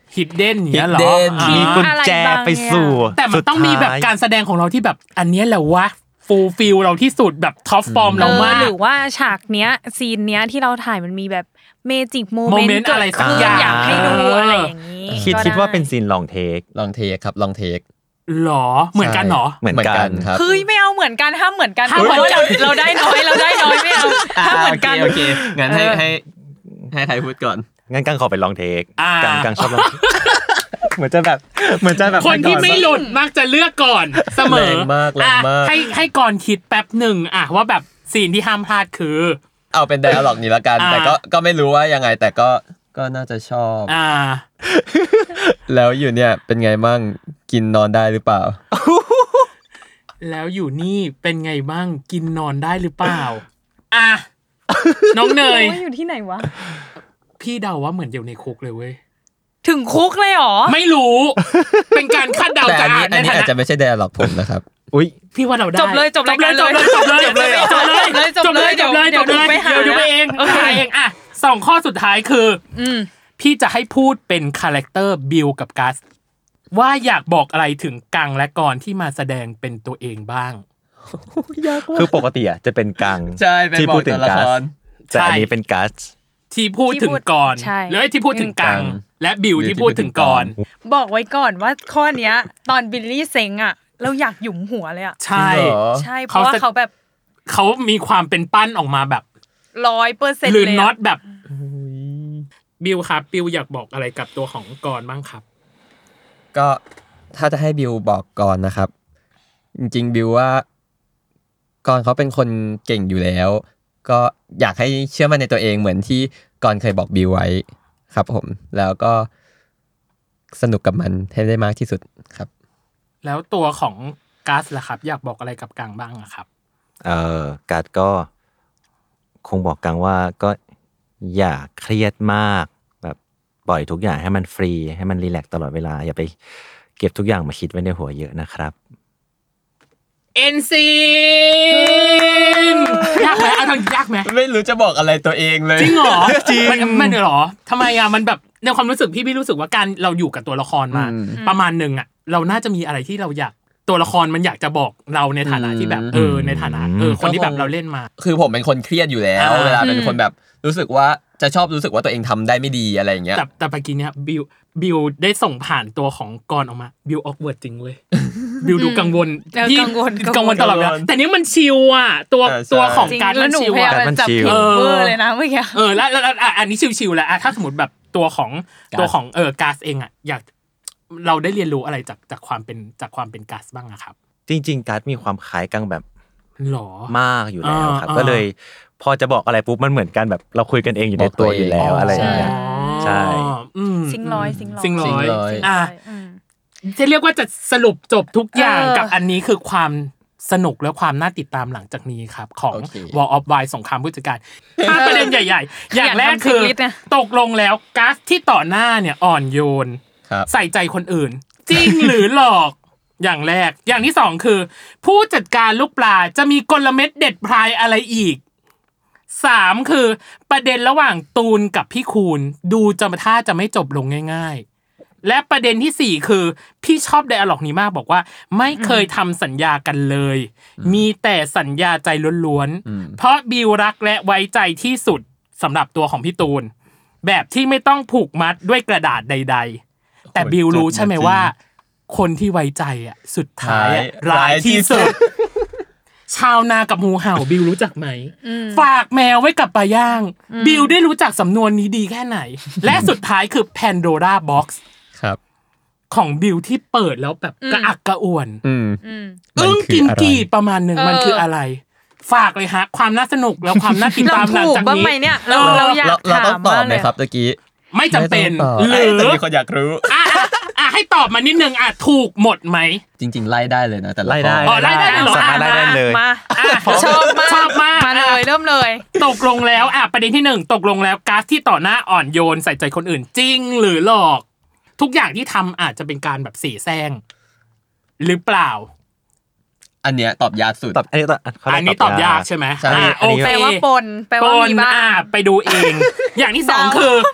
hidden เงี้ยเหรอมีกุญแจไปสู่แต่มันต้องมีแบบการแสดงของเราที่แบบอันนี้แหละวะฟูลฟิลเราที่สุดแบบท็อปฟอร์มเรามากหรือว่าฉากเนี้ยซีนเนี้ยที่เราถ่ายมันมีแบบเมจิกโมเมนต์อะไรสักอย่างอยากให้ดูอะไรอย่างนี้คิดคิดว่าเป็นซีนลองเทคลองเทคครับลองเทคหรอเหมือนกันหรอเหมือนกันครับคือไม่เอาเหมือนกันห้ามเหมือนกันเพราะว่าเราได้น้อยเราได้น้อยไม่เอาห้ามเหมือนกันโอเคงั้นให้ให้ให้ใครพูดก่อนงั้นกังขอเป็นลองเทคกังกังชอบลองเหมือนจะแบบเหมือนจะแบบคนที่ไม่หลุดมักจะเลือกก่อนเสมอแรงมากแรงมากให้ให้ก่อนคิดแป๊บหนึ่งอ่ะว่าแบบซีนที่ห้ามพลาดคือเอาเป็นไดอะล็อกนี้ละกันแต่ก็ก็ไม่รู้ว่ายังไงแต่ก็ก็น่าจะชอบอ่าแล้วอยู่เนี่ยเป็นไงมั่งกินนอนได้หรือเปล่าแล้วอยู่นี่เป็นไงบ้างกินนอนได้หรือเปล่าอ่ะน้องเนยอยู่ที่ไหนวะพี่เดาว่าเหมือนอยู่ในคุกเลยเว้ยถึงคุกเลยหรอไม่รู้เป็นการคาดเดาจากอันนี้อาจจะไม่ใช่ไดอะล็อกผมนะครับอุ๊ยพี่ว่าเราได้จบเลยจบเลยจบเลยจบเลยจบเลยจบเลยจบเลยจบเลยจบเลยเดี๋ยวดูไปเองโอเคเองอ่ะสองข้อสุดท้ายคืออืมพี่จะให้พูดเป็นคาแรคเตอร์บิลกับกัสว่าอยากบอกอะไรถึงกังและกรที่มาแสดงเป็นตัวเองบ้างคือปกติอ่ะจะเป็นกังที่พูดถึงกัสแต่อันนี้เป็นกัสที่พูดถึงกรแล้วที่พูดถึงกังและบิลที่พูดถึงกรบอกไว้ก่อนว่าข้อเนี้ยตอนบิลลี่เซ็งอ่ะเราอยากหยุมหัวเลยอ่ะใช่ใช่เพราะว่าเขาแบบเขามีความเป็นปั้นออกมาแบบร้อยเปอร์เซ็นต์หรือน็อตแบบบิลครับบิลอยากบอกอะไรกับตัวของกรบ้างครับก็ถ้าจะให้บิลบอกกรนะครับจริงๆบิลว่ากรเขาเป็นคนเก่งอยู่แล้วก็อยากให้เชื่อมั่นในตัวเองเหมือนที่กรเคยบอกบิลไว้ครับผมแล้วก็สนุกกับมันให้ได้มากที่สุดครับแล้วตัวของกัสล่ะครับอยากบอกอะไรกับกังบ้างอะครับเอ่อกัสก็คงบอกกังว่าก็อย่าเครียดมากแบบปล่อยทุกอย่างให้มันฟรีให้มันรีแลกซ์ตลอดเวลาอย่าไปเก็บทุกอย่างมาคิดไว้ในหัวเยอะนะครับเอ็นซีนยากไหมเอาทางยากไหมไม่รู้จะบอกอะไรตัวเองเลยจริงเหรอจริงมันเหรอทำไมอะมันแบบในความรู้สึกพี่พี่รู้สึกว่าการเราอยู่กับตัวละครมาประมาณนึงอะเราน่าจะมีอะไรที่เราอยากตัวละครมันอยากจะบอกเราในฐานะที่แบบเออในฐานะเออคนที่แบบเราเล่นมาคือผมเป็นคนเครียดอยู่แล้วเวลาเป็นคนแบบรู้สึกว่าจะชอบรู้สึกว่าตัวเองทำได้ไม่ดีอะไรอย่างเงี้ยแต่แต่เมื่อกี้เนี้ยบิวบิวได้ส่งผ่านตัวของกรออกมาบิวออกเวิร์ดจริงเว้ยบิวดูกังวลพี่กังวลกังวลตลอดเวลาแต่นี้มันชิลอ่ะตัวตัวของการมันชิลอ่ะมันจับผิดเวอร์เลยนะเมื่อกี้เออแล้วแล้วอันนี้ชิลๆแหละถ้าสมมติแบบตัวของตัวของเออก๊าซเองอ่ะอยากเราได้เรียนรู้อะไรจากจากความเป็นจากความเป็นก๊าซบ้างอะครับจริงๆก๊าซมีความคล้ายกังแบบหรอมากอยู่แล้วครับก็เลยพอจะบอกอะไรปุ๊บมันเหมือนกันแบบเราคุยกันเองอยู่ในตัวอยู่แล้วอะไรอย่างเงี้ยใช่ซิงร้อยซิงร้อยซิงร้อยอ่ะจะเรียกว่าจะสรุปจบทุกอย่างกับอันนี้คือความสนุกและความน่าติดตามหลังจากนี้ครับของ Wall of Wine สงครามผู้จัดการถ้าประเด็นใหญ่ๆอย่างแรกคือตกลงแล้วก๊าซที่ต่อหน้าเนี่ยอ่อนโยนใส่ใจคนอื่นจริงหรือหลอกอย่างแรกอย่างที่สองคือผู้จัดการลูกปลาจะมีกลเม็ดเด็ดพลายอะไรอีกสามคือประเด็นระหว่างตูนกับพี่คูณดูจะมาท่าจะไม่จบลงง่ายๆและประเด็นที่สี่คือพี่ชอบไดอะล็อกนี้มากบอกว่าไม่เคยทำสัญญากันเลยมีแต่สัญญาใจล้วนๆเพราะบิวรักและไว้ใจที่สุดสำหรับตัวของพี่ตูนแบบที่ไม่ต้องผูกมัดด้วยกระดาษใดๆแต่บิวรู้ใช่ไหมว่าคนที่ไว้ใจอ่ะสุดท้ายร้ายที่สุดชาวนากับงูเห่าบิวรู้จักไหมฝากแมวไว้กับปลาย่างบิวได้รู้จักสำนวนนี้ดีแค่ไหนและสุดท้ายคือ Pandora Box ครับของบิวที่เปิดแล้วแบบกระอักกระอ่วนอึ้งกินกี่ประมาณนึงมันคืออะไรฝากเลยฮะความน่าสนุกแล้วความน่าติดตามหลังจากนี้เนี่ยเราเราอยากถามมากเลยครับตะกี้ไม่จำเป็นหรือแต่มีคนอยากรู้อ่ะให้ตอบมานิดนึงอ่ะถูกหมดไหมจริงๆไล่ได้เลยนะแต่ไล่ได้อ๋อไล่ได้เหรอสามารถไล่ได้เลยมาชอบมากชอบมากมาเลยเริ่มเลยตกลงแล้วอ่ะประเด็นที่หนึ่งตกลงแล้วก๊าซที่ต่อหน้าอ่อนโยนใส่ใจคนอื่นจริงหรือหลอกทุกอย่างที่ทำอาจจะเป็นการแบบเสแสร้งหรือเปล่าอันเนี้ยตอบยากสุดอันนี้ตอบอันนี้ตอบยากใช่ไหมโอเคแปลว่าปนแปลว่ามีบ้างไปดูเองอย่างที่สองคือ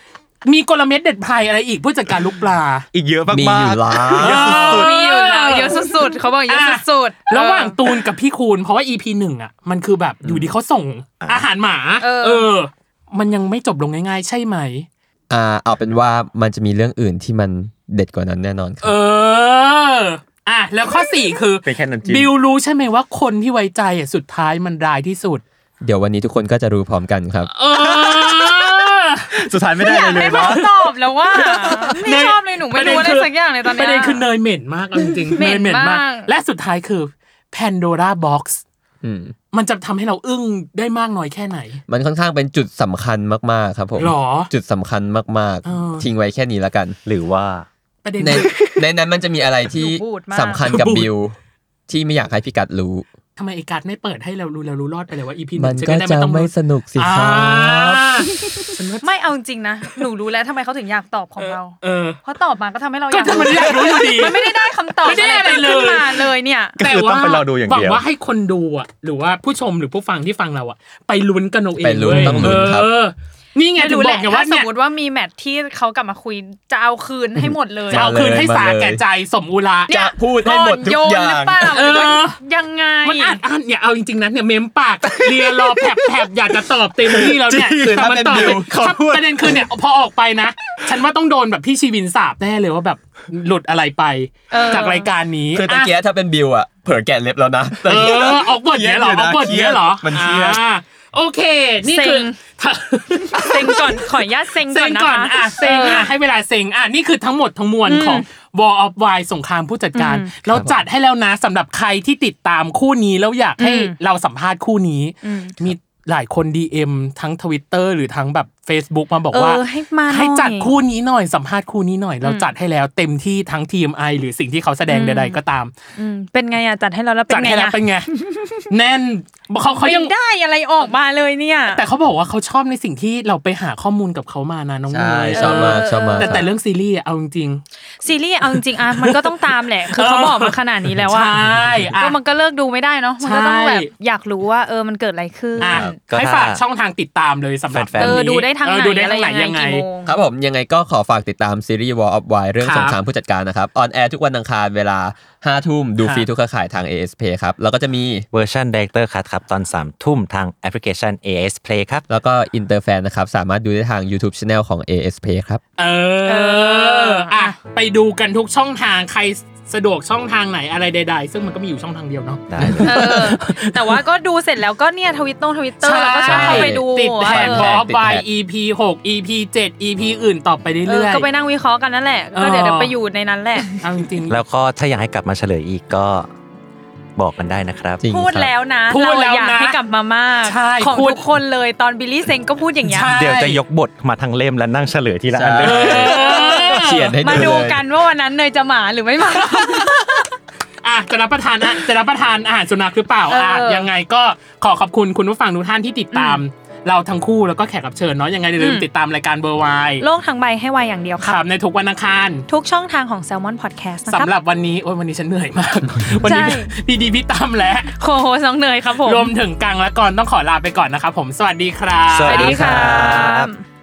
มีกลเม็ดเด็ดไพรอะไรอีกผู้จัดการลูกปลาอีกเยอะมากๆมีอยู่แล้วมีอยู่แล้วเยอะสุดๆเขาบอกเยอะสุดๆระหว่างตูนกับพี่คูณเพราะว่า อี พี หนึ่งอ่ะมันคือแบบอยู่ดีเขาส่งอาหารหมาเออมันยังไม่จบลงง่ายๆใช่ไหมอ่าเอาเป็นว่ามันจะมีเรื่องอื่นที่มันเด็ดกว่านั้นแน่นอนครับเอออ่ะแล้วข้อสี่คือบิวรู้ใช่ไหมว่าคนที่ไว้ใจอ่ะสุดท้ายมันร้ายที่สุดเดี๋ยววันนี้ทุกคนก็จะรู้พร้อมกันครับเออสุดท้ายไม่ได้เลยเลยนะตอบแล้วว่าไม่ชอบเลยหนูไม่รู้อะไรสักอย่างเลยตอนนี้ประเด็นคือเนยเหม็นมากจริงๆเนยเหม็นมากและสุดท้ายคือ Pandora Box มันจะทำให้เราอึ้งได้มากน้อยแค่ไหนมันค่อนข้างเป็นจุดสำคัญมากๆครับผมจุดสำคัญมากๆทิ้งไว้แค่นี้แล้วกันหรือว่าในในนั้นมันจะมีอะไรที่สำคัญกับบิวที่ไม่อยากให้พี่กัดรู้ทำไมไอ้กัดไม่เปิดให้เรารู้เรารู้รอดไปเลยว่า อี พีหนึ่งจะได้ไม่ต้องไม่สนุกสิครับไม่เอาจริงนะหนูรู้แล้วทำไมเขาถึงอยากตอบของเราเพราะตอบมาก็ทำให้เราอยากรู้อยู่ดีมันไม่ได้ได้คำตอบไม่ได้อะไรเลยเลยเนี่ยแต่ว่าต้องไปรอดูอย่างเดียวหวังว่าให้คนดูอ่ะหรือว่าผู้ชมหรือผู้ฟังที่ฟังเราอ่ะไปลุ้นกันเอาเองไปลุ้นต้องลุ้นครับนี่ไงถึงบอกไงว่าเนี่ยสมมติว่ามีแมทที่เขากลับมาคุยจะเอาคืนให้หมดเลยจะเอาคืนให้สาแก่ใจสมอุราจะพูดให้หมดทุกอย่างยังไงมันอ่านอ่านเนี่ยเอาจริงๆนะเนี่ยเม้มปากเลียรอแผลบๆอยากจะตอบเต็มที่แล้วเนี่ยแต่มันตอบประเด็นคือเนี่ยพอออกไปนะฉันว่าต้องโดนแบบพี่ชีวินสาบแน่เลยว่าแบบหลุดอะไรไปจากรายการนี้คือตะเกียถ้าเป็นบิวอ่ะเผลอแกะเล็บแล้วนะเออออกบทเนี้ยหรอออกบทเนี้ยหรอมันเชี่ยโอเคนี่คือเซ็งก่อนขออนุญาตเซ็งก่อนนะคะอ่ะเซ็งอ่ะให้เวลาเซ็งอ่ะนี่คือทั้งหมดทั้งมวลของ War of Wine สงครามผู้จัดการเราจัดให้แล้วนะสำหรับใครที่ติดตามคู่นี้แล้วอยากให้เราสัมภาษณ์คู่นี้มีหลายคน ดี เอ็ม ทั้ง Twitter หรือทั้งแบบ Facebook มาบอกว่าให้จัดคู่นี้หน่อยสัมภาษณ์คู่นี้หน่อยเราจัดให้แล้วเต็มที่ทั้ง ที เอ็ม ไอ หรือสิ่งที่เขาแสดงใดๆก็ตามเป็นไงอ่ะจัดให้เราแล้วเป็นไงจัดให้แล้วเป็นไงแน่นเขาเขายังได้อะไรออกมาเลยเนี่ยแต่เขาบอกว่าเขาชอบในสิ่งที่เราไปหาข้อมูลกับเขามานะน้องเนยชอบมากชอบมากแต่แต่เรื่องซีรีส์เอาจริงๆซีรีส์เอาจริงๆอ่ะมันก็ต้องตามแหละคือเขาบอกมาขนาดนี้แล้วว่าใช่ก็มันก็เลิกดูไม่ได้เนาะมันก็ต้องแบบอยากรู้ว่าเออมันเกิดอะไรขึ้นให้ฝากช่องทางติดตามเลยสำหรับเออดูได้ทางไหนอะไรยังไงครับผมยังไงก็ขอฝากติดตามซีรีส์ War of Wine เรื่องสงครามผู้จัดการนะครับออนแอร์ทุกวันอังคารเวลา ห้าทุ่มดูฟรีทุกเครือข่ายทาง เอ เอส Play ครับแล้วก็จะมีเวอร์ชัน Director Cut ครับตอน สามทุ่มทางแอปพลิเคชัน เอ เอส Play ครับแล้วก็ Interfan นะครับสามารถดูได้ทาง YouTube Channel ของ เอ เอส Play ครับเอออ่ะไปดูกันทุกช่องทางใครสะดวกช่องทางไหนอะไรใดๆซึ่งมันก็มีอยู่ช่องทางเดียวเนาะได้แต่ว่าก็ดูเสร็จแล้วก็เนี่ย Twitter Twitter แล้วก็เข้าไปดูติดแท็กพอไป อี พี หก อี พี เจ็ด อี พี อื่นต่อไปเรื่อยๆก็ไปนั่งวิเคราะห์กันนั่นแหละก็เดี๋ยวไปอยู่ในนั้นแหละเอาจริงๆแล้วก็ถ้าอยากให้กลับมาเฉลยอีกก็บอกกันได้นะครับพูดแล้วนะเราอยากให้กลับมามากของทุกคนเลยตอนบิลลี่เซงก็พูดอย่างเงี้ยเดี๋ยวจะยกบทมาทั้งเล่มแล้วนั่งเฉลยทีละอันเลยเขียนให้ดูมาดูกันว่าวันนั้นเนยจะมาหรือไม่มาอ่ะจะรับประทานอ่ะจะรับประทานอาหารสุนัขหรือเปล่าอ่ะยังไงก็ขอขอบคุณคุณผู้ฟังทุกท่านที่ติดตามเราทั้งคู่แล้วก็แขกรับเชิญเนาะยังไงอย่าลืมติดตามรายการเบอร์ไวโลกทั้งใบให้ไวอย่างเดียวครับในทุกวันอังคารทุกช่องทางของ Salmon Podcast นะครับสำหรับวันนี้โอ้ยวันนี้ฉันเหนื่อยมากวันนี้พี่ดีพี่ตั้มและโคโฮน้องเนยครับผมรวมถึงกังและกรต้องขอลาไปก่อนนะครับผมสวัสดีครับสวัสดีครับ